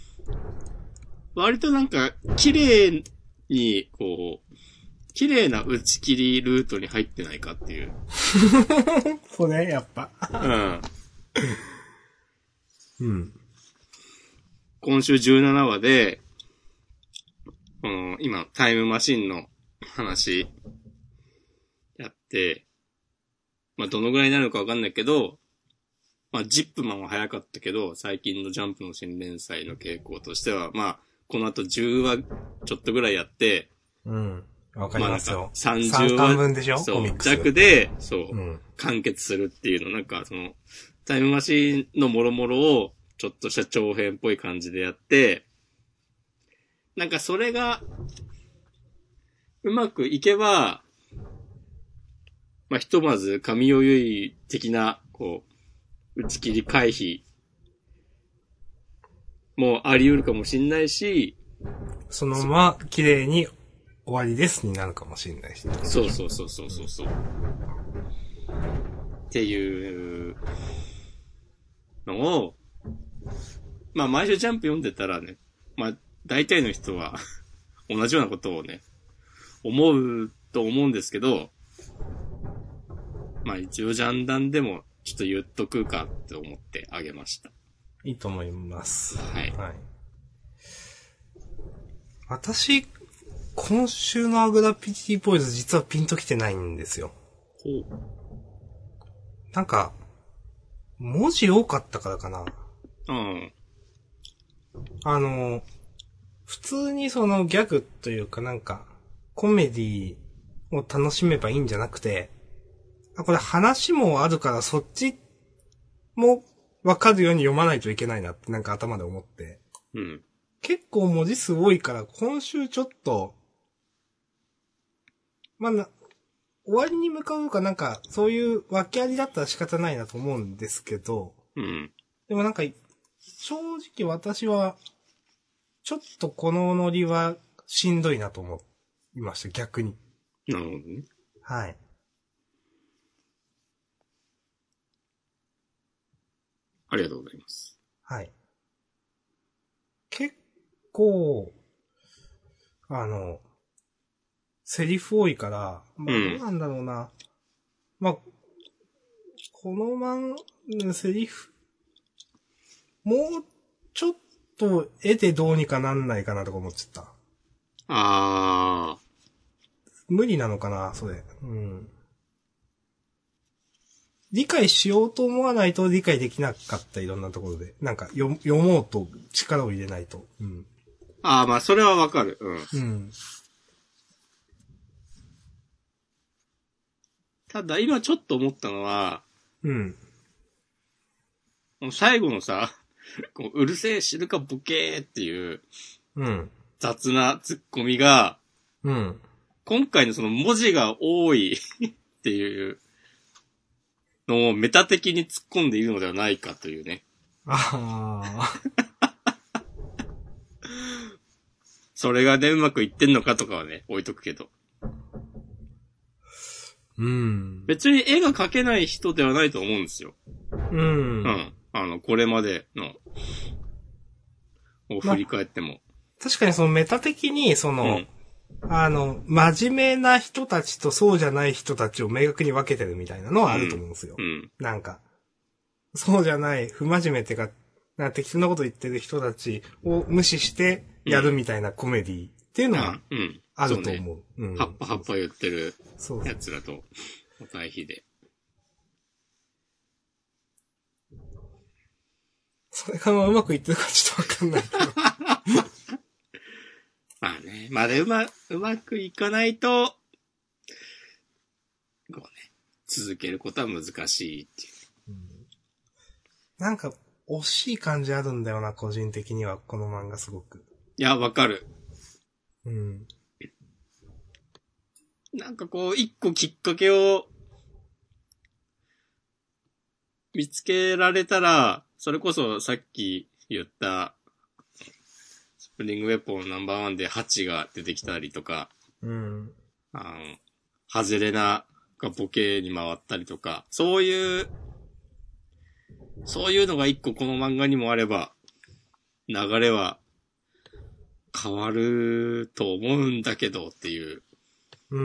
割となんか、綺麗に、こう、綺麗な打ち切りルートに入ってないかっていう。 そうね、やっぱ。 うん。うん。今週じゅうななわで、この、今、タイムマシンの話、やって、まあ、どのぐらいになるのかわかんないけど、まあ、ジップマンは早かったけど、最近のジャンプの新連載の傾向としては、まあ、この後じゅうわちょっとぐらいやって、 うん。わかりますよ。まあ、 さんじゅうわ。 さんかんぶんでしょそう、弱で、そう、うん、完結するっていうの、なんかその、タイムマシンのもろもろを、ちょっとした長編っぽい感じでやって、なんかそれが、うまくいけば、まあ、ひとまず神尾結衣的な、こう、打ち切り回避もあり得るかもしんないし、 そのまま綺麗に終わりですになるかもしれないし。 そうそうそうそうそうそう。っていうのを、まあ毎週ジャンプ読んでたらね、まあ大体の人は同じようなことをね、思うと思うんですけど、まあ一応ジャンダンでもちょっと言っとくかって思ってあげました。 いいと思います。 はい。はい。 私、今週のアグラピティボーイズ実はピンときてないんですよ。 ほう。 なんか、文字多かったからかな。 うん。 あの、普通にそのギャグというかなんか、コメディを楽しめばいいんじゃなくて、あ、これ話もあるからそっちもわかるように読まないといけないなってなんか頭で思って。 うん。 結構文字数多いから今週ちょっと、まあな、終わりに向かうかなんか、そういう訳ありだったら仕方ないなと思うんですけど、 うん。 でもなんか、正直私は、ちょっとこのノリはしんどいなと思いました、逆に。 なるほどね。 はい。 ありがとうございます。 はい。結構、あの、セリフ多いから、まあどうなんだろうな。うん、まあ、この漫画、セリフ、もうちょっと絵でどうにかなんないかなとか思っちゃった。 あー。 無理なのかな、それ。うん。理解しようと思わないと理解できなかった、いろんなところで。なんか読、読もうと力を入れないと。うん。 ああ、まあ、それはわかる。うん。 うん。 ただ、今ちょっと思ったのは、 うん。 最後のさ、こううるせえ知るかボケーっていう、 うん。 雑なツッコミが、 うん。 今回のその文字が多いっていうのをメタ的に突っ込んでいるのではないかというね。 ああ。 それがね、うまくいってんのかとかはね、置いとくけど。 うん。 別に絵が描けない人ではないと思うんですよ。 うん。 うん。あの、これまでの、を振り返っても。ま、 確かにそのメタ的に、その、うん、あの、真面目な人たちとそうじゃない人たちを明確に分けてるみたいなのはあると思うんですよ。 うん。うん、 なんか、そうじゃない、不真面目ってか、なんか適当なこと言ってる人たちを無視してやるみたいなコメディっていうのは、あると思う。 うん。うん、ね、うん、はっぱはっぱ言ってるやつらと対比で。 それがうまくいってるかちょっとわかんないけど。 まあね。まあで、うま、うまくいかないと、こうね、続けることは難しいっていう。 うん、なんか、惜しい感じあるんだよな、個人的には、この漫画すごく。 いや、わかる。 うん。 なんかこう、一個きっかけを、見つけられたら、それこそさっき言った、スプリングウェポンナンバーワンでハチが出てきたりとか、 うん。 あの、ハゼレナがボケに回ったりとか、そういう、そういうのが一個この漫画にもあれば、流れは変わると思うんだけどっていう。 うん。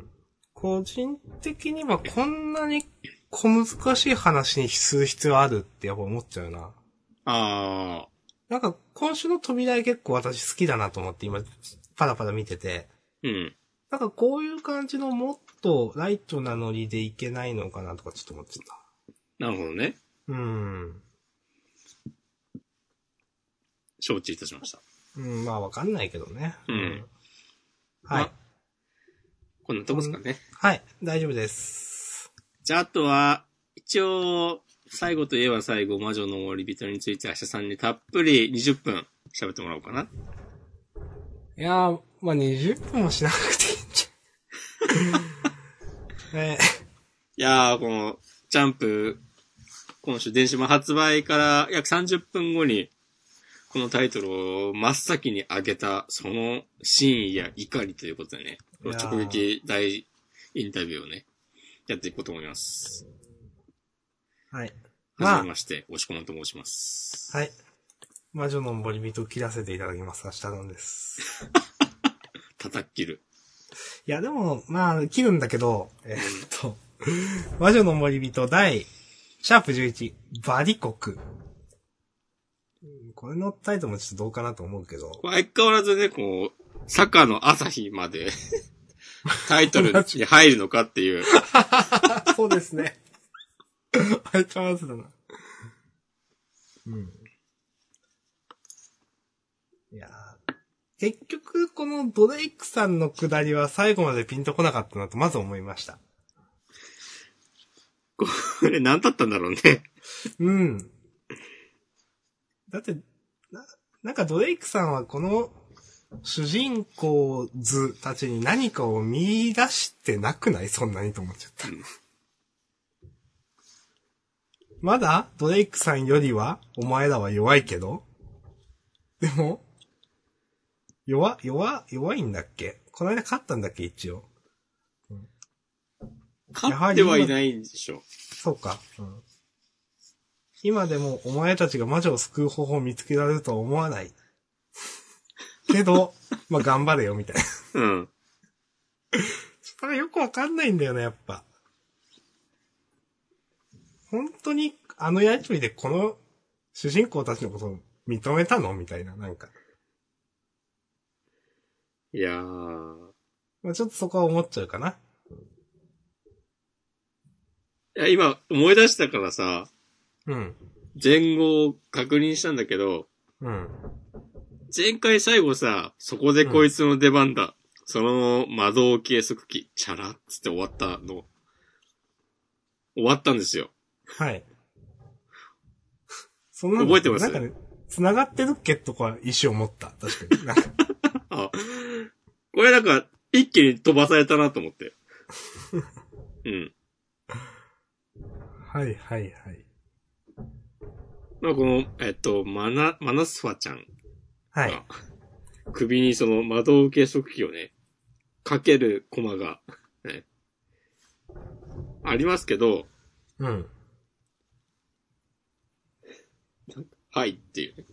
個人的にはこんなに小難しい話にする必要あるってやっぱ思っちゃうな。 ああ。 なんか今週の扉絵結構私好きだなと思って今パラパラ見てて。 うん。 なんかこういう感じのもっとライトなノリでいけないのかなとかちょっと思っちゃった。 なるほどね。 うん。 承知いたしました。 うん、まあわかんないけどね。 うん。うん、 はい、ま。 こんなとこですかね。 はい、大丈夫です。 じゃああとは、一応、最後といえば最後、魔女の森人について明日さんにたっぷりにじゅっぷん喋ってもらおうかな。 いやー、まあ、にじゅっぷんもしなくていいんじゃん。ね、 いやー、この、ジャンプ、今週電子版発売から約さんじゅっぷんごに、このタイトルを真っ先に上げた、その真意や怒りということでね、直撃大インタビューをね、やっていこうと思います。 はい。 はじめまして、押しこまと申します。 はい。魔女の森人を切らせていただきます。明日なんです。 叩っ切る。 いや、でも、まあ、切るんだけど、えー、っと、魔女の森人第、シャープじゅういち、バリ国。これのタイトルもちょっとどうかなと思うけど。 相変わらずね、こう、坂の朝日まで、タイトルに入るのかっていう。 そうですね。相変わらずだな。うん。いやー、結局、このドレイクさんの下りは最後までピンとこなかったなとまず思いました。 これ何だったんだろうね。 うん。だって、な、なんかドレイクさんはこの主人公図たちに何かを見出してなくない？そんなにと思っちゃった。うん、まだドレイクさんよりはお前らは弱いけどでも、弱、弱、弱いんだっけ？この間勝ったんだっけ一応。うん、 勝ってはいないんでしょ。 そうか。うん、今でもお前たちが魔女を救う方法を見つけられるとは思わない。けど、まあ、頑張れよ、みたいな。うん。それよくわかんないんだよね、やっぱ。本当に、あのやりとりでこの主人公たちのことを認めたのみたいな、なんか。 いやー。 まあ、ちょっとそこは思っちゃうかな。 いや、今思い出したからさ。 うん。 前後を確認したんだけど。 うん。 前回最後さ、そこでこいつの出番だ。うん、その魔導計測器、チャラッつって終わったの。終わったんですよ。 はい。 そんな覚えてます？ なんかね、繋がってるっけとか一瞬思った。確かに。なんかあ、これなんか、一気に飛ばされたなと思って。うん。 はいはいはい。 まあこの、えっと、マナ、マナスファちゃん。 はい。 首にその窓受け食器をね、かけるコマが、ね、ありますけど、 うん。 はいっていう、ね。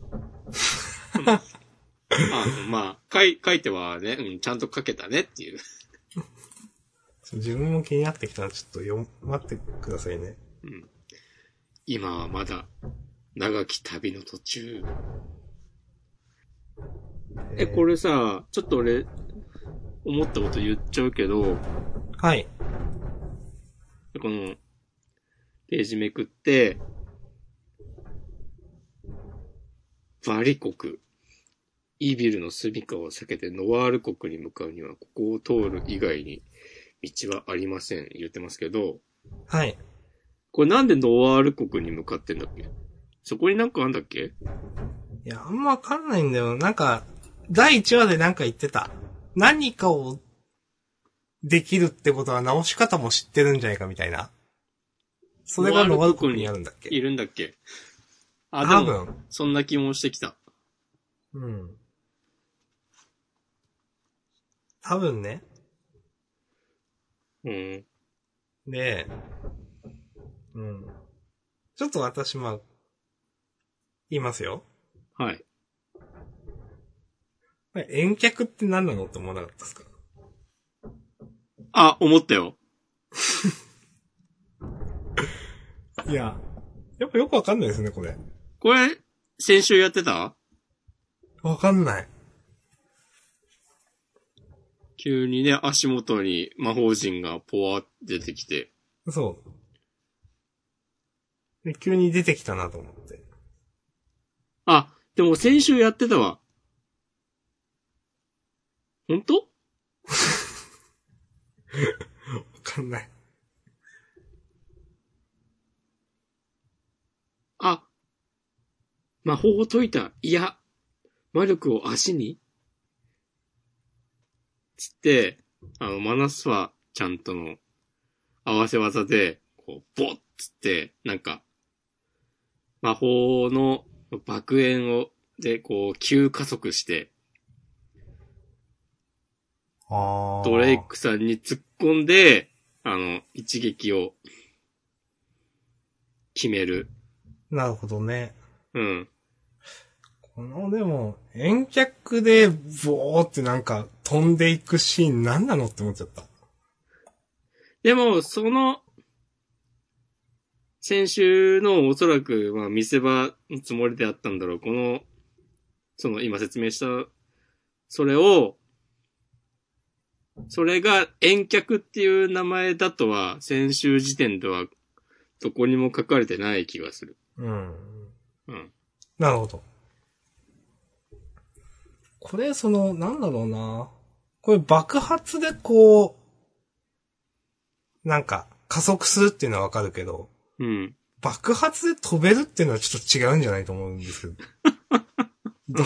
あまあ、書い、書いてはね、うん、ちゃんと書けたねっていう。 自分も気になってきたらちょっと読、待ってくださいね。 うん。今はまだ、長き旅の途中。え、これさ、ちょっと俺、思ったこと言っちゃうけど、 はい。 この、ページめくって、バリ国、イービルの住処を避けてノワール国に向かうには、ここを通る以外に道はありません。言ってますけど、 はい。 これなんでノワール国に向かってんだっけ？そこになんかあんだっけ？ いや、あんまわかんないんだよ。なんか、だいいちわでなんか言ってた。何かをできるってことは直し方も知ってるんじゃないかみたいな。それがノワール国にあるんだっけ？ いるんだっけ？あ、 多分。 でも、そんな気もしてきた。 うん。多分ね。 うん。 で、うん。ちょっと私まあ、言いますよ。 はい。 遠脚って何なのって思わなかったですか？ あ、思ったよ。 いや、やっぱよくわかんないですね、これ。 これ、先週やってた？ わかんない。 急にね、足元に魔法陣がポワーって出てきて。 そう。で急に出てきたなと思って。 あ、でも先週やってたわ。ほんと？わかんない。 あ、魔法を解いた。いや、魔力を足につって、あの、マナスワちゃんとの合わせ技で、こう、ボッつって、なんか、魔法の爆炎を、で、こう、急加速して、 あドレイクさんに突っ込んで、あの、一撃を決める。 なるほどね。 うん。 この、でも、遠脚で、ボーってなんか、飛んでいくシーン何なのって思っちゃった。 でも、その、先週のおそらく、まあ、見せ場のつもりであったんだろう。この、その、今説明した、それを、それが遠脚っていう名前だとは、先週時点では、どこにも書かれてない気がする。 うん。 うん。 なるほど。これ、その、なんだろうな。これ爆発でこう、なんか、加速するっていうのはわかるけど、 うん。 爆発で飛べるっていうのはちょっと違うんじゃないと思うんですけど。ど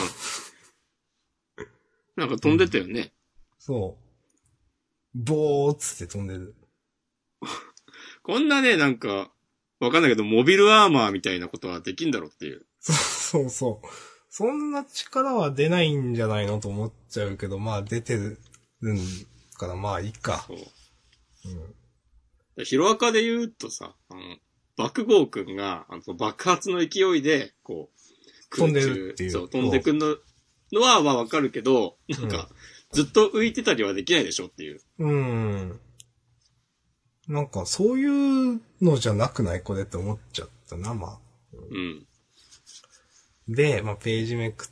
なんか飛んでたよね。うん、 そう。ボーっつって飛んでる。 こんなね、なんか、わかんないけど、モビルアーマーみたいなことはできんだろっていう。 そうそうそう。そんな力は出ないんじゃないのと思っちゃうけど、まあ出てるんからまあいいか。そう。 うん。ヒロアカで言うとさ、あの、爆豪くんが、あの、爆発の勢いで、こう、 飛んでるっていう。 そう、飛んでくんの、のは、まあわかるけど、なんか、うん、ずっと浮いてたりはできないでしょっていう。 うん。なんか、そういうのじゃなくないこれって思っちゃったな、まあ。 うん。 で、まあ、ページめくって、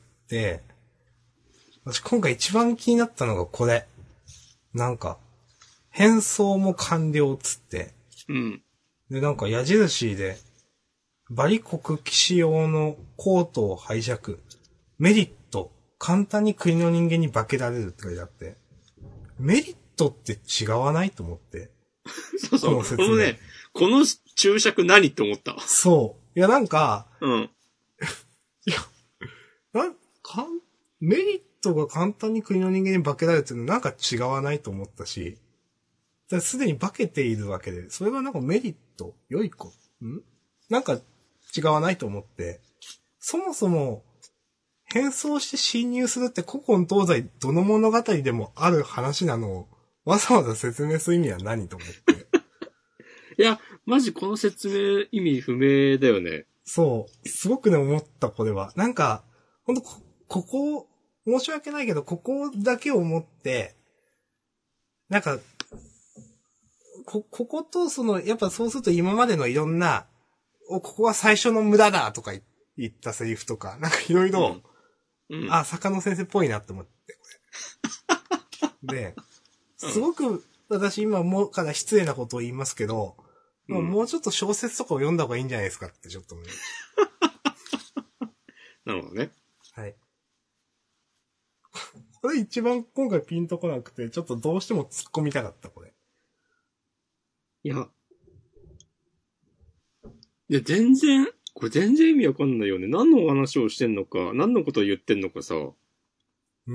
私今回一番気になったのがこれ。なんか、変装も完了つって。 うん。 で、なんか矢印で、バリ国騎士用のコートを拝借。メリット。簡単に国の人間に化けられるって書いてあって。メリットって違わないと思って。 そうそう。このね、この注釈何って思った。 そう。いやなんか、 うん。 かん、メリットが簡単に国の人間に化けられるっていうのはなんか違わないと思ったし、すでに化けているわけで、それがなんかメリット、良い子、んなんか違わないと思って、そもそも変装して侵入するって古今東西どの物語でもある話なのをわざわざ説明する意味は何と思って。 いや、マジこの説明意味不明だよね。 そう。すごくね思った、これは。なんか、ほんとこ、ここ、申し訳ないけど、ここだけを思って、なんか、こ、こことその、やっぱそうすると今までのいろんな、お、ここは最初の無駄だとか言ったセリフとか、なんかいろいろ、うんうん、あ、坂野先生っぽいなって思って、これ。で、すごく、私今もうから失礼なことを言いますけど、うん、もうちょっと小説とかを読んだ方がいいんじゃないですかってちょっと思います。 なるほどね。 はい。これ一番今回ピンとこなくて、ちょっとどうしても突っ込みたかった、これ。 いや。いや、全然、これ全然意味わかんないよね。何のお話をしてんのか、何のことを言ってんのかさ。 うん。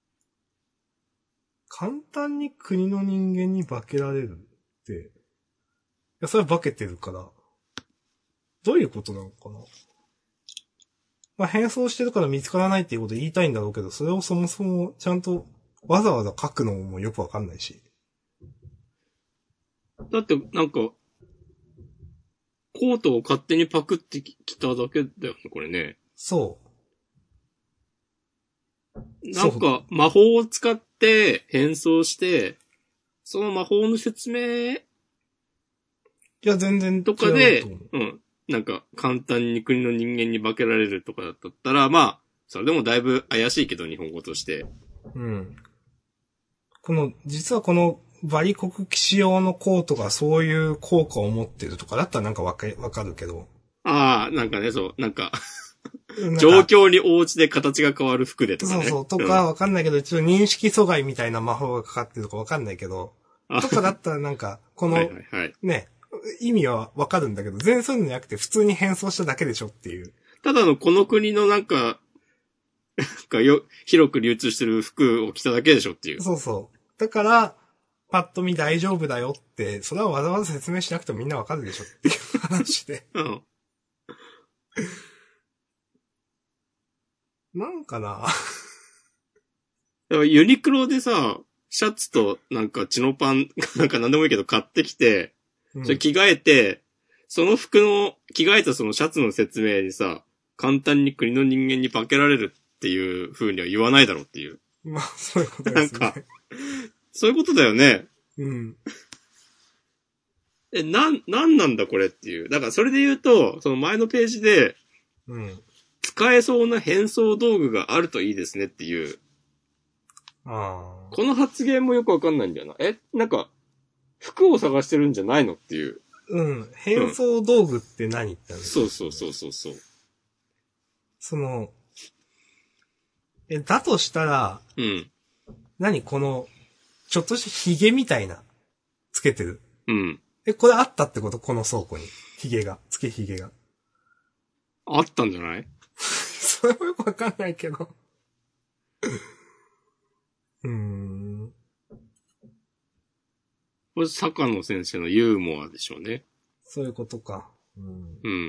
簡単に国の人間に化けられるって、いや、それは化けてるから、どういうことなのかな。まあ、変装してるから見つからないっていうこと言いたいんだろうけど、それをそもそもちゃんとわざわざ書くのもよくわかんないし。 だって、なんか、コートを勝手にパクってきただけだよね、これね。 そう。 なんか、魔法を使って変装して、その魔法の説明いや、全然とかで、うん。なんか、簡単に国の人間に化けられるとかだったら、まあ、それでもだいぶ怪しいけど、日本語として。 うん。この、実はこの、バリ国騎士用のコートがそういう効果を持ってるとかだったらなんかわか、わかるけど。 ああ、なんかね、そう、なんか、状況に応じて形が変わる服でとかね。 そうそう、とかわかんないけど、ちょっと認識阻害みたいな魔法がかかってるとかわかんないけど、とかだったらなんか、この、はいはいはい、ね、意味はわかるんだけど、全然そういうのじゃなくて普通に変装しただけでしょっていう。 ただのこの国のなんか、なんかよ、広く流通してる服を着ただけでしょっていう。 そうそう。だから、パッと見大丈夫だよって、それはわざわざ説明しなくてもみんなわかるでしょっていう話で。うん。なんかなユニクロでさ、シャツとなんかチノパン、なんかなんでもいいけど買ってきて、それ着替えて、その服の、着替えたそのシャツの説明にさ、簡単に国の人間に化けられるっていう風には言わないだろうっていう。 まあ、そういうことですね。なんか、 そういうことだよね。 うん。 え、なん、なんなんだこれっていう。だからそれで言うと、その前のページで、 うん。 使えそうな変装道具があるといいですねっていう。 ああ。 この発言もよくわかんないんだよな。え、なんか、服を探してるんじゃないのっていう。 うん。変装道具って何って話、 そうそうそうそうそう。 その、え、だとしたら、 うん。 何この、ちょっとした髭みたいな、つけてる。 うん。 え、これあったってことこの倉庫に。髭が。つけ髭が。 あったんじゃないそれもよくわかんないけど。うーん。 これ、坂野先生のユーモアでしょうね。 そういうことか。うん。 うん。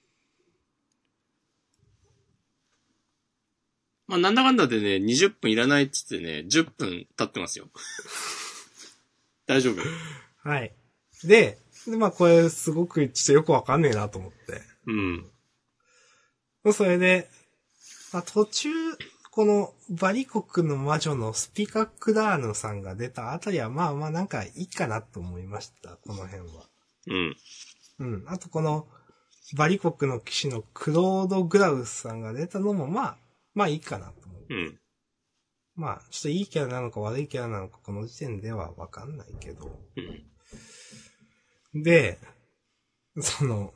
まあ、なんだかんだでね、にじゅっぷんいらないっつってね、じゅっぷん経ってますよ。大丈夫。 はい。で、で、まあこれすごくちょっとよくわかんねえなと思って。 うん。 それで、まあ途中、このバリ国の魔女のスピカクダーヌさんが出たあたりはまあまあなんかいいかなと思いました、この辺は。 うん。 うん。あとこのバリ国の騎士のクロード・グラウスさんが出たのもまあ、まあいいかなと思う。 うん。 まあ、ちょっといいキャラなのか悪いキャラなのかこの時点ではわかんないけど。 うん。 で、その、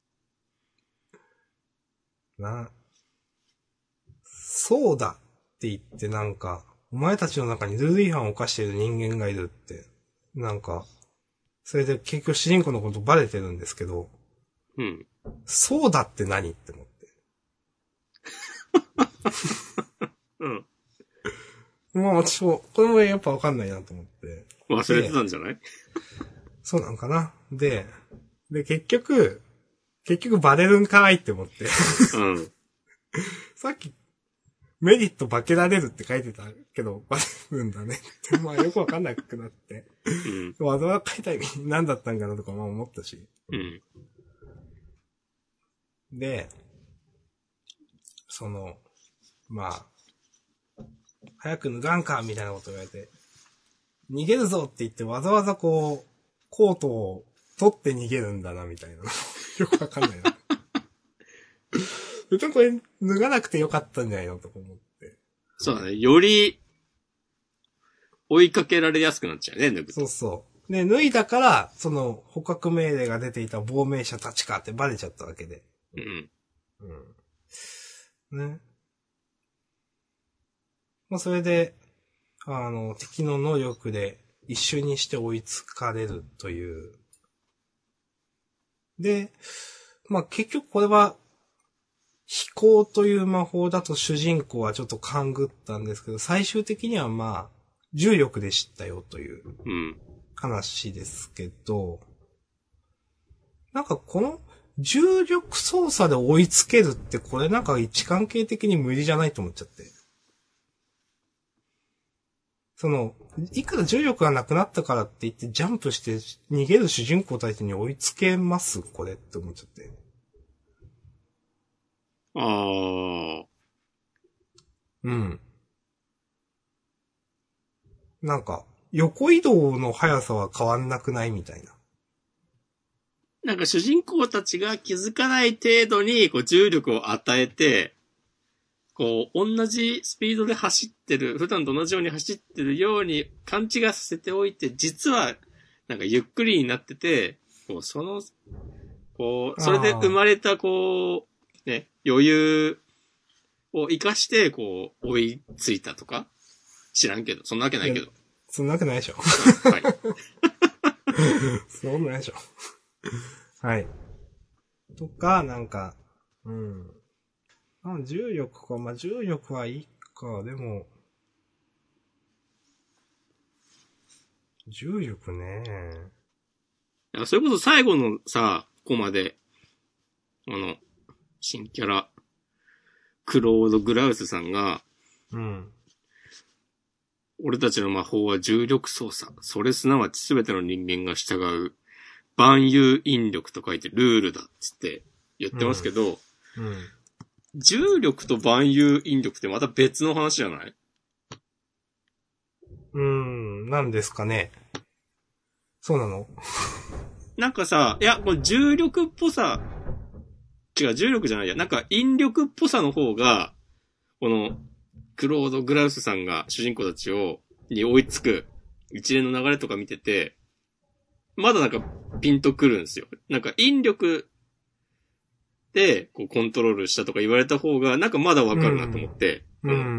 な、そうだって言ってなんか、お前たちの中にルール違反を犯している人間がいるって、なんか、それで結局主人公のことバレてるんですけど、 うん。 そうだって何って思って。 うん。 まあ私も、これもやっぱわかんないなと思って。 忘れてたんじゃない？ そうなのかな。で、で、結局、結局バレるんかいって思って。うん。さっき、メリット化けられるって書いてたけど、バレるんだねって、まあよくわかんなくなって。うん。わざわざ書いた意味何だったんかなとかまあ思ったし。うん。で、その、まあ、早く脱がんかみたいなこと言われて、逃げるぞって言ってわざわざこう、コートを取って逃げるんだなみたいな。よくわかんないな。別にこれ脱がなくてよかったんじゃないのとか思って。 そうだね。より追いかけられやすくなっちゃうね、脱ぐと。 そうそう。で、脱いだから、その捕獲命令が出ていた亡命者たちかってバレちゃったわけで。うん。うん。ね。まあそれで、あの、敵の能力で一瞬にして追いつかれるという。で、まあ結局これは、飛行という魔法だと主人公はちょっと勘ぐったんですけど、最終的にはまあ、重力で知ったよという話ですけど、うん、なんかこの重力操作で追いつけるってこれなんか位置関係的に無理じゃないと思っちゃって。その、いくら重力がなくなったからって言ってジャンプして逃げる主人公たちに追いつけますこれって思っちゃって。ああ。うん。なんか、横移動の速さは変わんなくないみたいな。 なんか主人公たちが気づかない程度にこう重力を与えて、こう、同じスピードで走ってる、普段と同じように走ってるように勘違いさせておいて、実は、なんかゆっくりになってて、こう、その、こう、それで生まれたこう、ね、余裕を活かして、こう、追いついたとか知らんけど、そんなわけないけど。 そんなわけないでしょ。はい。そんなわけないでしょ。はい。とか、なんか、うん。あ、重力か。まあ、重力はいいか。でも、重力ね。 いや、それこそ最後のさ、ここまで、あの、新キャラ、クロード・グラウスさんが、うん。俺たちの魔法は重力操作。それすなわちすべての人間が従う万有引力と書いてルールだっつって言ってますけど、うんうん、重力と万有引力ってまた別の話じゃない？ うーん、なんですかね。そうなの？ なんかさ、いや、これ重力っぽさ、違う、重力じゃないや。なんか引力っぽさの方が、この、クロード・グラウスさんが主人公たちを、に追いつく一連の流れとか見てて、まだなんかピンとくるんですよ。なんか引力でこうコントロールしたとか言われた方がなんかまだわかるなと思って、うんうん、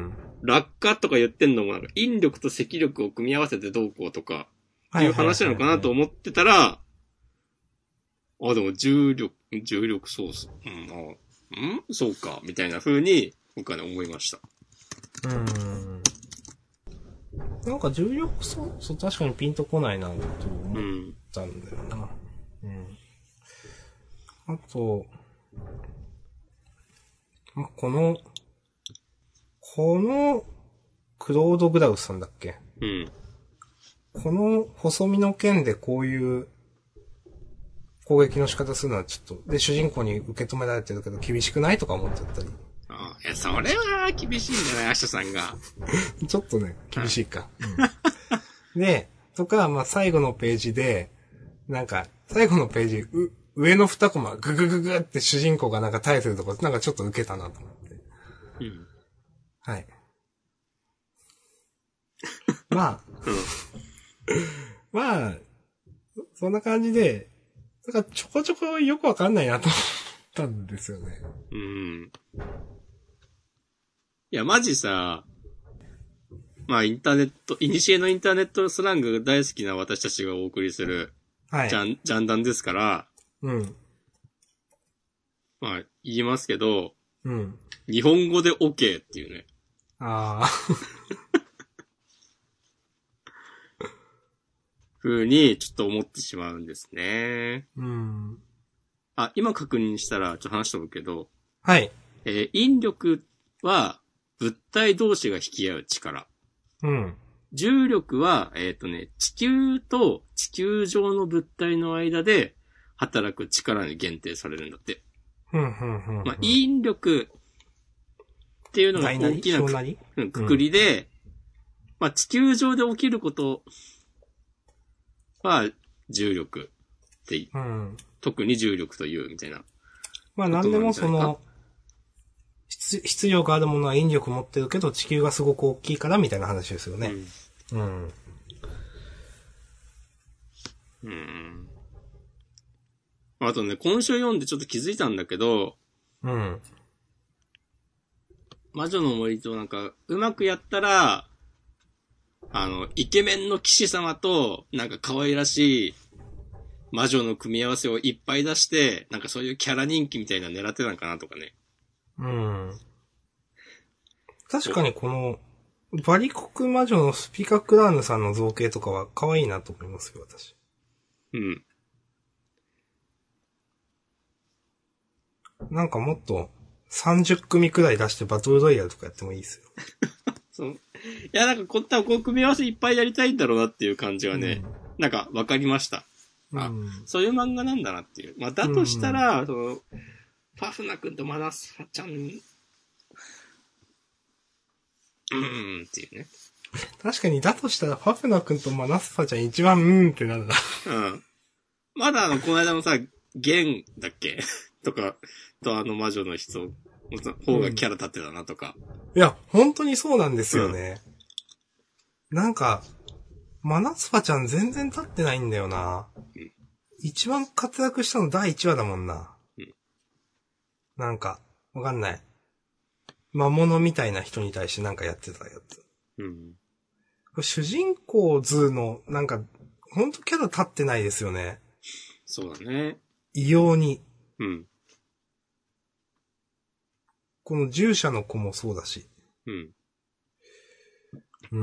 落下とか言ってんのもなんか引力と積力を組み合わせてどうこうとかいう話なのかなと思ってたら、あ、でも重力、重力操作、うん、あ、んそうか、みたいな風に僕はね思いました。うーん。 なんか重力操作確かにピンとこないなと思ったんだよな。うん。うん、あと、この、この、クロード・グラウスさんだっけ？うん。この細身の剣でこういう攻撃の仕方するのはちょっと、で、主人公に受け止められてるけど厳しくないとか思っちゃったり。 ああ、いや、それは厳しいんじゃないアシャさんが。 ちょっとね、厳しいか。うん、で、とか、まあ、最後のページで、なんか、最後のページ、う、上の二コマ、ググググって主人公がなんか耐えてるとこ、なんかちょっと受けたなと思って。うん。はい。まあ、うん、まあ、そんな感じで、なんかちょこちょこよくわかんないなと思ったんですよね。うん。 いや、マジさ、まあインターネット、イニシエのインターネットスラングが大好きな私たちがお送りする、はい。ジャン、ジャンダンですから、うん。まあ言いますけど、 うん。 日本語で OK っていうね。 ああ。 ふうにちょっと思ってしまうんですね。 うん。 あ、今確認したらちょっと話しておくけど、 はい。 えー引力は物体同士が引き合う力。 うん。 重力は、えっとね、地球と地球上の物体の間で働く力に限定されるんだって。 うん、うん、うん。 まあ、引力っていうのが大きなく、うん、くくりで、うん、まあ、地球上で起きることは重力って、うん、特に重力というみたいな。 まあ、なんでもその、質、質量があるものは引力持ってるけど、地球がすごく大きいからみたいな話ですよね。うん。うん。 うん、あとね、今週読んでちょっと気づいたんだけど、 うん。 魔女の森となんか、うまくやったら、あの、イケメンの騎士様と、なんか可愛らしい魔女の組み合わせをいっぱい出して、なんかそういうキャラ人気みたいなの狙ってたのかなとかね。 うん。確かにこの、バリ国魔女のスピカクラーヌさんの造形とかは可愛いなと思いますよ、私。 うん。 なんかもっとさんじゅっくみくらい出してバトルロイヤルとかやってもいいですよ。 そう。いや、なんかこったこう組み合わせいっぱいやりたいんだろうなっていう感じはね、うん、なんかわかりました。あ、うん、そういう漫画なんだなっていう。まあ、だとしたら、うん、その、パフナ君とマナスファちゃん、うん、っていうね。 確かに、だとしたら、パフナ君とマナスファちゃん一番、うんってなるな。 うん。まだあの、この間のさ、ゲンだっけとか、とあの魔女の人、方がキャラ立ってたなとか。 うん、いや、本当にそうなんですよね。うん、なんか、マナスファちゃん全然立ってないんだよな。うん、一番活躍したのだいいちわだもんな。うん、なんか、わかんない。魔物みたいな人に対してなんかやってたやつ。うん、主人公図の、なんか、ほんとキャラ立ってないですよね。 そうだね。 異様に。 うん。 この従者の子もそうだし。 うん。 うん。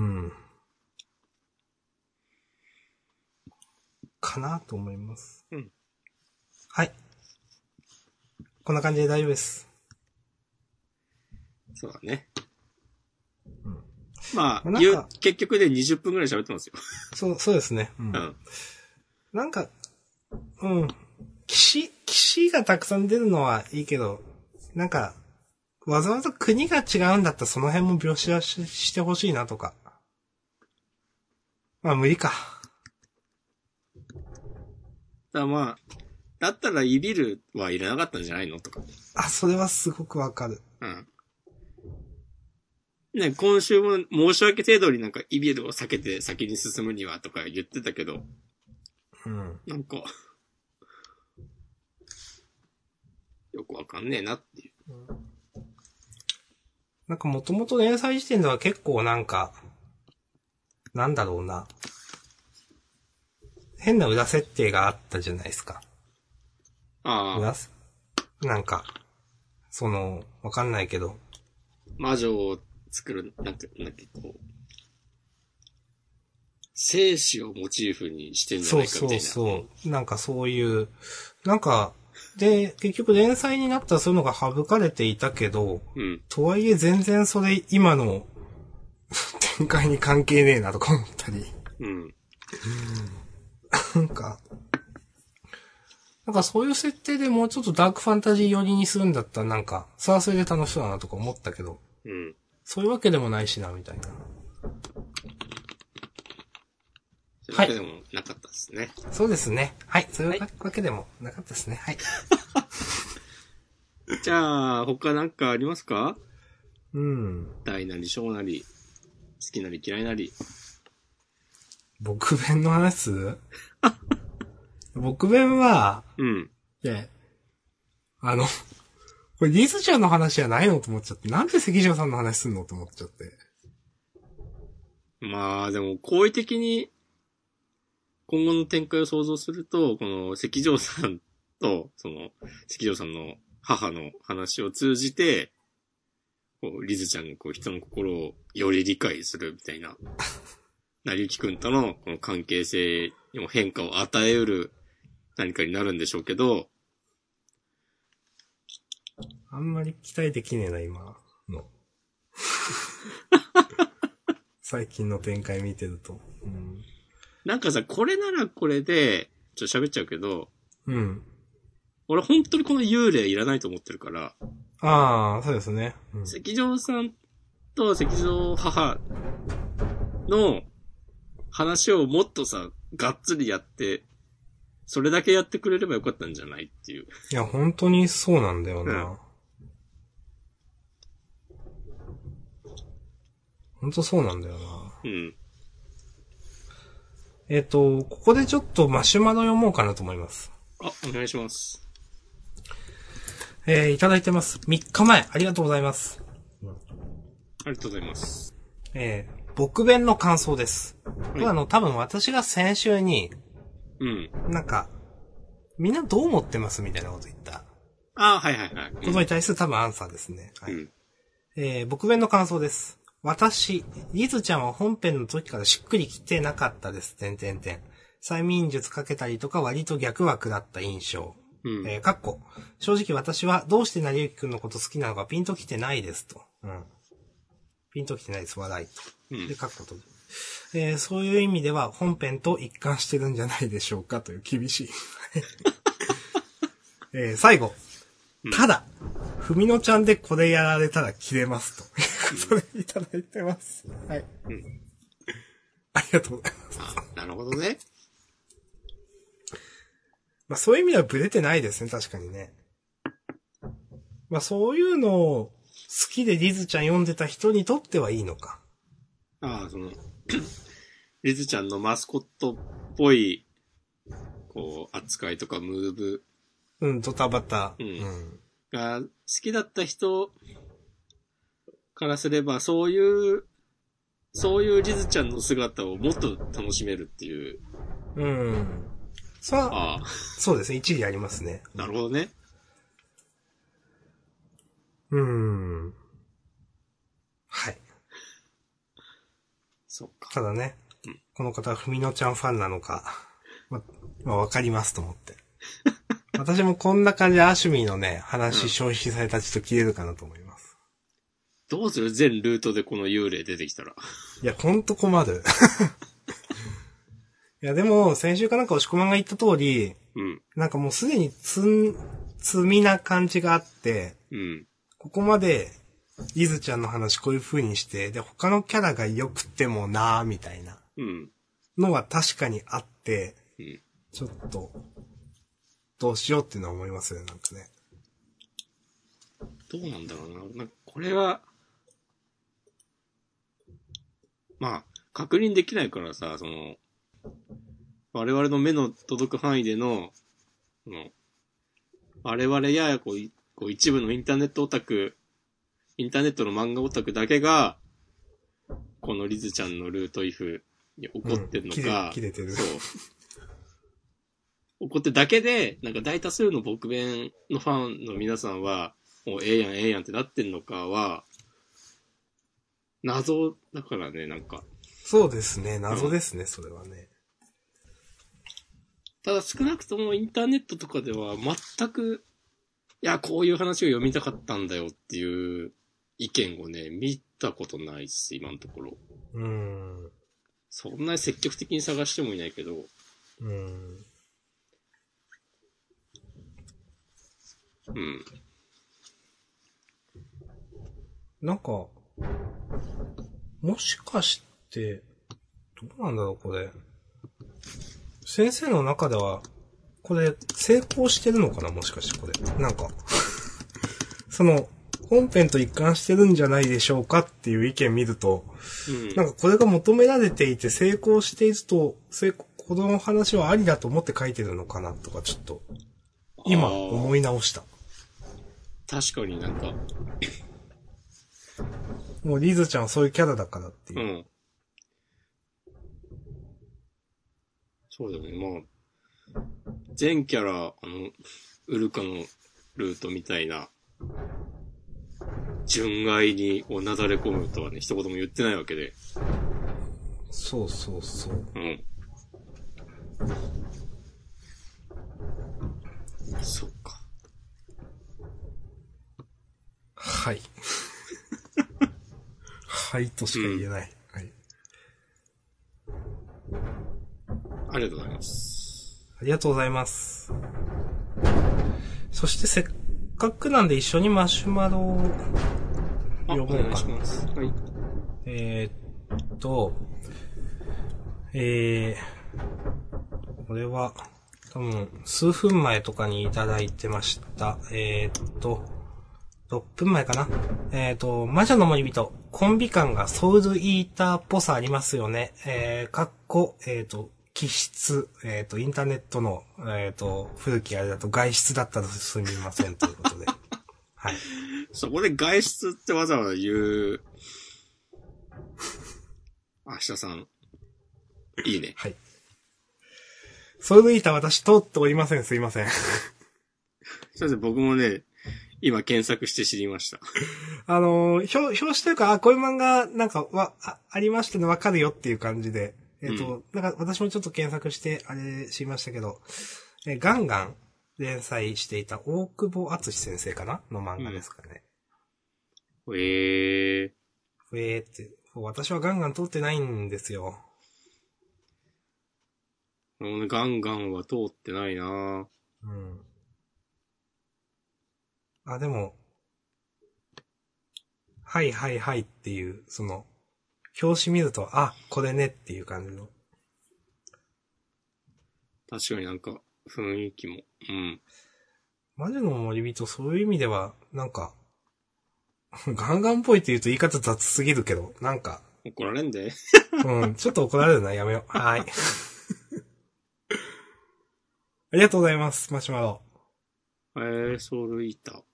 かなと思います。 うん。 はい。こんな感じで大丈夫です。 そうだね。うん、まあ、言う、結局でにじゅっぷんくらい喋ってますよ。 そう、そうですね。うん。うん、なんか、うん。騎士、騎士がたくさん出るのはいいけど、なんか、わざわざ国が違うんだったらその辺も描写し、してほしいなとか。まあ無理か。 だまあ、だったらイビルはいらなかったんじゃないのとか。 あ、それはすごくわかる。 うん。ね、今週も申し訳程度になんかイビルを避けて先に進むにはとか言ってたけど。 うん。 なんか、よくわかんねえなっていう。うん、 なんかもともと連載時点では結構なんか、なんだろうな。変な裏設定があったじゃないですか。 ああ。裏なんか、その、わかんないけど。 魔女を作る、なんて、なんてこう、生死をモチーフにしてんじゃないかみたいな。 そうそうそう。なんかそういう、なんか、で、結局連載になったらそういうのが省かれていたけど、 うん、 とはいえ全然それ今の展開に関係ねえなとか思ったり。 うん。 なんか、なんかそういう設定でもうちょっとダークファンタジー寄りにするんだったらなんか、さあそれで楽しそうだなとか思ったけど、 うん。 そういうわけでもないしな、みたいな。 そういうわけでもなかったですね。 はい、そうですね。はい。そういうわけでもなかったですね。はい。 じゃあ、他なんかありますか？ うん。 大なり小なり、好きなり嫌いなり。 僕弁の話する僕弁は、 うん。 で、あの、これリズちゃんの話じゃないのと思っちゃって、なんで関城さんの話すんのと思っちゃって。 まあ、でも、好意的に、今後の展開を想像すると、この関城さんと、その、関城さんの母の話を通じて、こう、リズちゃんがこう人の心をより理解するみたいな、なりゆきくんとのこの関係性にも変化を与えうる何かになるんでしょうけど、 あんまり期待できねえな、今の。最近の展開見てると。うん、 なんかさ、これならこれで、ちょっと喋っちゃうけど、 うん。 俺本当にこの幽霊いらないと思ってるから、 ああ、そうですね。うん、 石城さんと石城母の話をもっとさ、がっつりやって、それだけやってくれればよかったんじゃないっていう。 いや、本当にそうなんだよな。うん、本当そうなんだよな。 うん。 えっと、ここでちょっとマシュマロ読もうかなと思います。 あ、お願いします。 えー、いただいてます。みっかまえ、ありがとうございます。 ありがとうございます。 えー、僕弁の感想です。はい、これあの、多分私が先週に、 うん。 なんか、みんなどう思ってますみたいなこと言った。 ああ、はいはいはい。 ことに対する多分アンサーですね。はい。 うん、 えー、僕弁の感想です。私、リズちゃんは本編の時からしっくりきてなかったです。点点点。催眠術かけたりとか割と逆枠だった印象。うん、えー、かっこ。正直私はどうして成幸くんのこと好きなのかピンときてないですと。うん。ピンときてないです、笑いと。うん、で、かっこと。えー、そういう意味では本編と一貫してるんじゃないでしょうかという厳しい。えー、最後。ただ、ふみのちゃんでこれやられたら切れますと。それいただいてます。はい。うん、ありがとうございます。 あ、なるほどね。 まあそういう意味ではブレてないですね、確かにね。まあそういうのを好きでリズちゃん読んでた人にとってはいいのか。 ああ、その、リズちゃんのマスコットっぽい、こう、扱いとかムーブ。 うん、ドタバタ。 うん。うん、が好きだった人からすれば、そういう、そういうリズちゃんの姿をもっと楽しめるっていう。 うん。さあ、あそうですね、一理ありますね。 なるほどね。 うーん。はい。 そっか。 ただね、うん、この方はふみのちゃんファンなのか、ま、まあわかりますと思って。私もこんな感じでアシュミーのね、話消費されたらちょっと切れるかなと思います。 うん、どうする全ルートでこの幽霊出てきたら。 いや、ほんと困る。いや、でも、先週かなんか押し込まんが言った通り、うん、なんかもうすでにつん、積みな感じがあって、うん、ここまで、リズちゃんの話こういう風にして、で、他のキャラが良くてもなーみたいな、のは確かにあって、うん、ちょっと、どうしようっていうのは思いますよね、なんかね。 どうなんだろうな。なんかこれは、まあ、確認できないからさ、その、我々の目の届く範囲での、の我々やこうこう一部のインターネットオタク、インターネットの漫画オタクだけが、このリズちゃんのルートイフに怒ってるのか、 うん、切れ、切れてる。 そう。怒ってるだけで、なんか大多数の僕弁のファンの皆さんは、もうええやんええやんってなってんのかは、謎だからね、なんか。 そうですね、謎ですね、うん、それはね。 ただ少なくともインターネットとかでは全く、いや、こういう話を読みたかったんだよっていう意見をね、見たことないし、今のところ。うーん。そんなに積極的に探してもいないけど。うーん。 うん。なんか、もしかして、どうなんだろう、これ。先生の中では、これ、成功してるのかなもしかしてこれ。なんか、その、本編と一貫してるんじゃないでしょうかっていう意見見ると、うん、なんかこれが求められていて成功していると、成功、この話はありだと思って書いてるのかなとかちょっと、今思い直した。 確かになんか。 もうリズちゃんはそういうキャラだからっていう。うん。 そうだね、まあ、全キャラ、あの、ウルカのルートみたいな、純愛におなだれ込むとはね、一言も言ってないわけで。 そうそうそう。 うん。そっか。 はい。はいとしか言えない。うん、はい。 ありがとうございます。 ありがとうございます。そしてせっかくなんで一緒にマシュマロを読もうかな。お願いします。はい。えー、っと、えー、これは多分数分前とかにいただいてました。えー、っと、ろっぷんまえかな。えー、っと、魔女の森人、コンビ感がソウルイーターっぽさありますよね。えー、かっこ、えー、っと、気質、えっ、ー、と、インターネットの、えっ、ー、と、古きあれだと外出だったらすみませんということで。はい。 そこで外出ってわざわざ言う、明日さん。いいね。 はい。ソウルイーター私通っておりません。すいません。 そうですね、僕もね、今検索して知りました。 あの、表、表紙というか、あ、こういう漫画なんかわ、あ、ありましたね、わかるよっていう感じで。えっ、ー、と、うん、なんか私もちょっと検索して、あれしましたけど、えー、ガンガン連載していた大久保敦先生かなの漫画ですかね。 うん、えー。 えーって、私はガンガン通ってないんですよ。 俺ガンガンは通ってないなぁ。 うん。あ、でも、はいはいはいっていう、その、表紙見ると、あ、これねっていう感じの。 確かになんか、雰囲気も。うん。 魔女の森人、そういう意味では、なんか、ガンガンっぽいって言うと言い方雑すぎるけど、なんか。 怒られんで。 うん、ちょっと怒られるな、やめよう。はい。ありがとうございます、マシュマロ。 えー、ソウルイーター。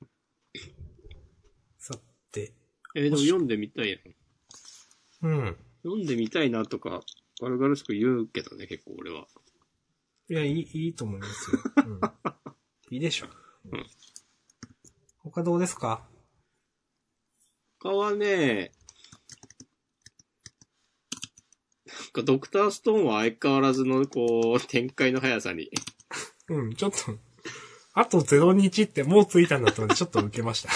さて。 えー、でも読んでみたいな。うん。 読んでみたいなとか、軽々しく言うけどね、結構俺は。 いや、いい、いいと思いますよ。うん。いいでしょ。うん。他どうですか？ 他はね、なんかドクターストーンは相変わらずの、こう、展開の速さに。 うん、ちょっと、あとゼロにちってもうついたんだと思ってちょっと受けました。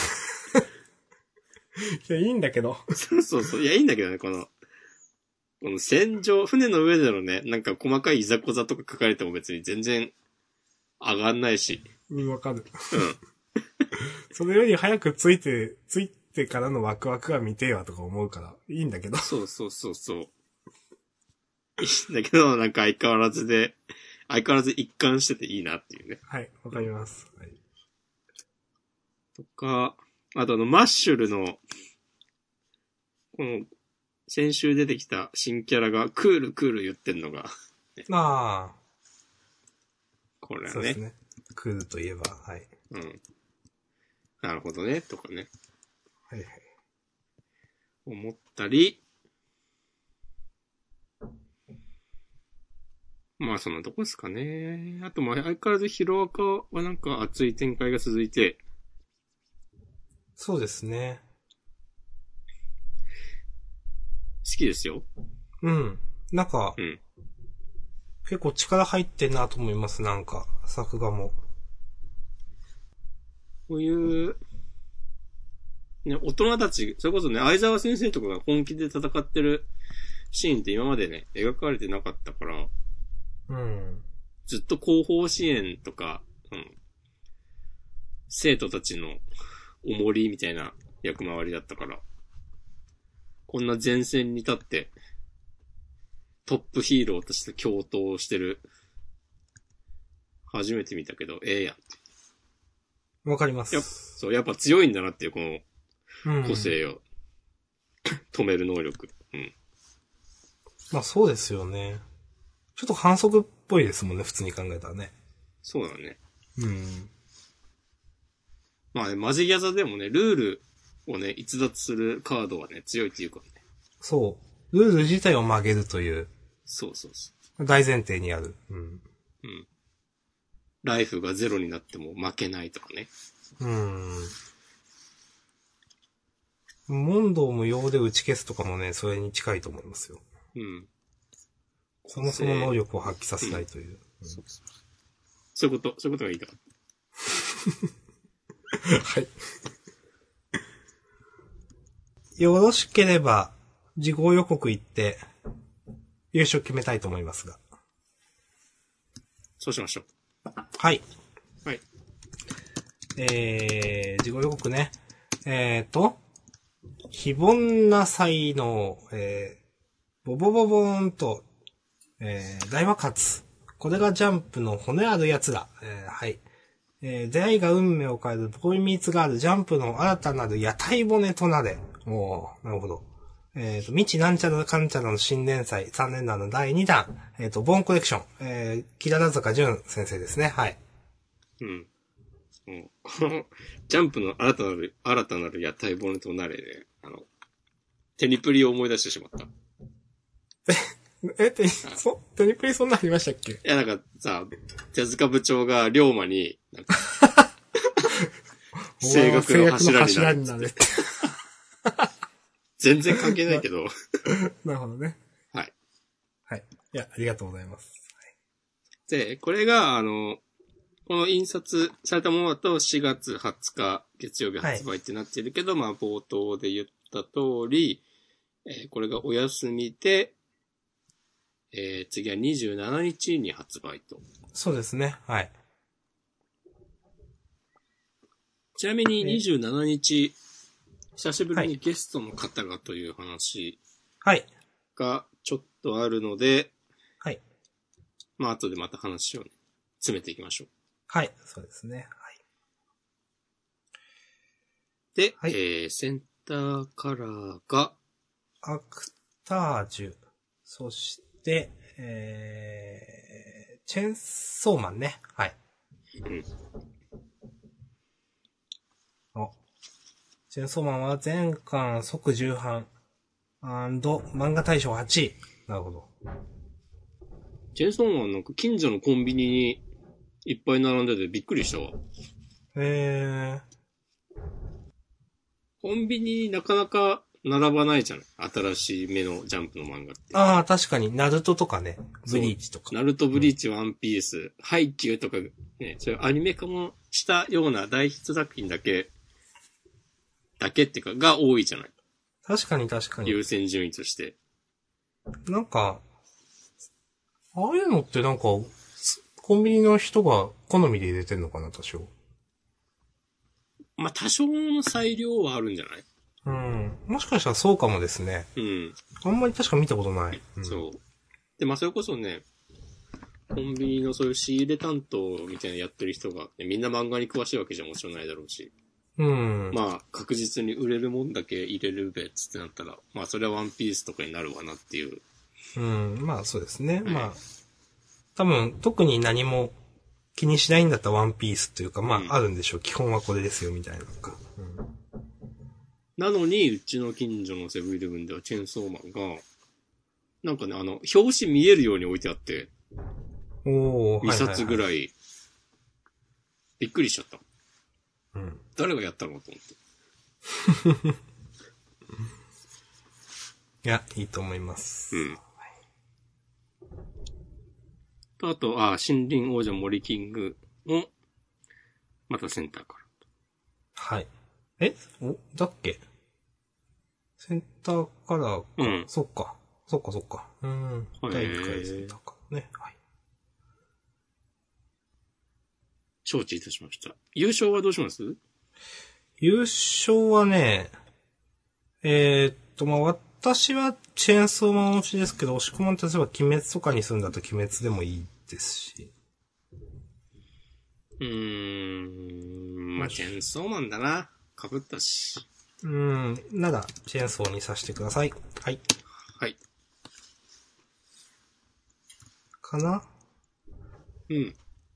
いや、いいんだけど。 そうそうそう。いや、いいんだけどね、この、この戦場、船の上でのね、なんか細かいいざこざとか書かれても別に全然上がんないし。 うん、わかる。 うん。 それより早くついて、ついてからのワクワクが見てえわとか思うから、いいんだけど。 そうそうそうそう。いいんだけど、なんか相変わらずで、相変わらず一貫してていいなっていうね。 はい、わかります。はい。 とか、あとあの、マッシュルの、この、先週出てきた新キャラがクールクール言ってんのが、 ね。ああ。 これはね。 そうですね。クールといえば、はい。 うん。なるほどね、とかね。 はいはい。 思ったり、まあそんなとこですかね。あとまあ相変わらずヒロアカはなんか熱い展開が続いて。 そうですね。 好きですよ。 うん。なんか、 うん、 結構力入ってんなと思います、なんか、作画も。 こういう、ね、大人たち、それこそね、相沢先生とかが本気で戦ってるシーンって今までね、描かれてなかったから、 うん。 ずっと後方支援とか、うん、生徒たちのおもりみたいな役回りだったから、こんな前線に立って、トップヒーローとして共闘してる、初めて見たけど、ええやんって。 わかります。 やそう、やっぱ強いんだなっていう、この、個性を、止める能力。うん。 まあそうですよね。ちょっと反則っぽいですもんね、普通に考えたらね。 そうだね。 うん。 まあね、マジギャザでもね、ルールをね、逸脱するカードはね、強いっていうかね。 そう。ルール自体を曲げるという。 そうそうそう。 大前提にある。うん。 うん。 ライフがゼロになっても負けないとかね。 うーん。問答無用で打ち消すとかもね、それに近いと思いますよ。 うん。 そもそも能力を発揮させないという。うん、 そうそういうこと、そういうことが言いたかった。 はい。よろしければ、事後予告行って、優勝決めたいと思いますが。 そうしましょう。 はい。 はい。 えー、事後予告ね。えーと、非凡な才能、えー、ボボボボーンと、えー、大爆発。これがジャンプの骨ある奴ら。えー、はい。えー、出会いが運命を変えるボーイミーツガール、ジャンプの新たなる屋台骨となれ。おー、なるほど。えっ、ー、と、未知なんちゃらかんちゃらの新連載、さんねんだんのだいにだん。えっ、ー、と、ボーンコレクション。えー、木田坂淳先生ですね。はい。 うん。うん、ジャンプの新たなる、新たなる屋台骨となれで、あの、テニプリを思い出してしまった。 え、え、テニ、そ、テニプリそんなありましたっけ？いや、なんかさ、手塚部長が龍馬に、なんか、声楽の柱になるって。全然関係ないけど。 なるほどね。 はい。 はい。いや、ありがとうございます。 で、これが、あの、この印刷されたものだとしがつはつか月曜日発売ってなってるけど、はい、まあ冒頭で言った通り、えー、これがお休みで、えー、次はにじゅうしちにちに発売と。 そうですね。はい。 ちなみににじゅうしちにち、久しぶりにゲストの方がという話がちょっとあるので、 はい。 まあ後でまた話を、ね、詰めていきましょう。 はい、そうですね。はい。 で、はい、えー、センターカラーが、 アクタージュ。そして、えー、チェンソーマンね。はい。うん。あ、チェンソーマンは全巻即重版。漫画大賞はちい。なるほど。 チェンソーマンなんか近所のコンビニにいっぱい並んでてびっくりしたわ。 へー。 コンビニになかなか並ばないじゃない、新しい目のジャンプの漫画って。 ああ、確かに。ナルトとかね。ブリーチとか。 ナルト、ブリーチ、ワンピース、ハイキューとか、ね、そういうアニメ化もしたような大ヒット作品だけ、だけっていうか、が多いじゃない。 確かに確かに。 優先順位として。 なんか、ああいうのってなんか、コンビニの人が好みで入れてんのかな、多少。 まあ、多少の裁量はあるんじゃない？ うん。もしかしたらそうかもですね。 うん。 あんまり確か見たことない。 うん、そう。で、まあ、それこそね、コンビニのそういう仕入れ担当みたいなやってる人が、ね、みんな漫画に詳しいわけじゃもちろんないだろうし。 うん。 まあ、確実に売れるもんだけ入れるべっつってなったら、まあ、それはワンピースとかになるわなっていう。 うん。まあ、そうですね。はい、まあ、多分、特に何も気にしないんだったらワンピースというか、まあ、うん、あるんでしょう。基本はこれですよ、みたいなのか。うん、 なのに、うちの近所のセブンイレブンではチェーンソーマンが、なんかね、あの、表紙見えるように置いてあって、 おー、 にさつぐらい、はいはいはい、びっくりしちゃった。 うん。 誰がやったのかと思って。 いや、いいと思います。 うん。と、あと、あ、森林王者森キングも、またセンターから。 はい。えおだっけセンターカラーか。うん。そっか。そっかそっか。うん。だいいっかいセンターカラーね。はい。 承知いたしました。優勝はどうします？ 優勝はね、えー、っと、まあ、私はチェーンソーマン推しですけど、押し込まんとすれば鬼滅とかにするんだと鬼滅でもいいですし。 うーん、まあ、チェーンソーマンだな。被ったし。 うーん、なら、チェーンソーにさせてください。はい。 はい。 かな？ うん。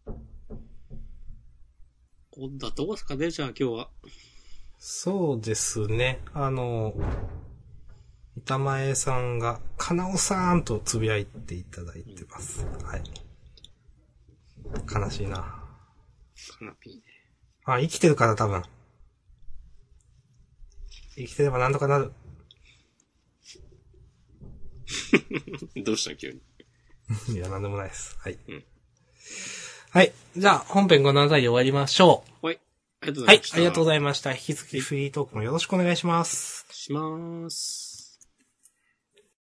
こんなとこですかね、じゃあ今日は。 そうですね。あの、板前さんが、かなおさんとつぶやいていただいてます。はい。悲しいな。 カナピーね。 あ、生きてるから多分。生きてればなんとかなる。 どうした急に。 いや、なんでもないです。はい。 うん、 はい。じゃあ、本編ご覧の際で終わりましょう。 はい。ありがとうございました。 はい。ありがとうございました。引き続きフリートークもよろしくお願いします。 します。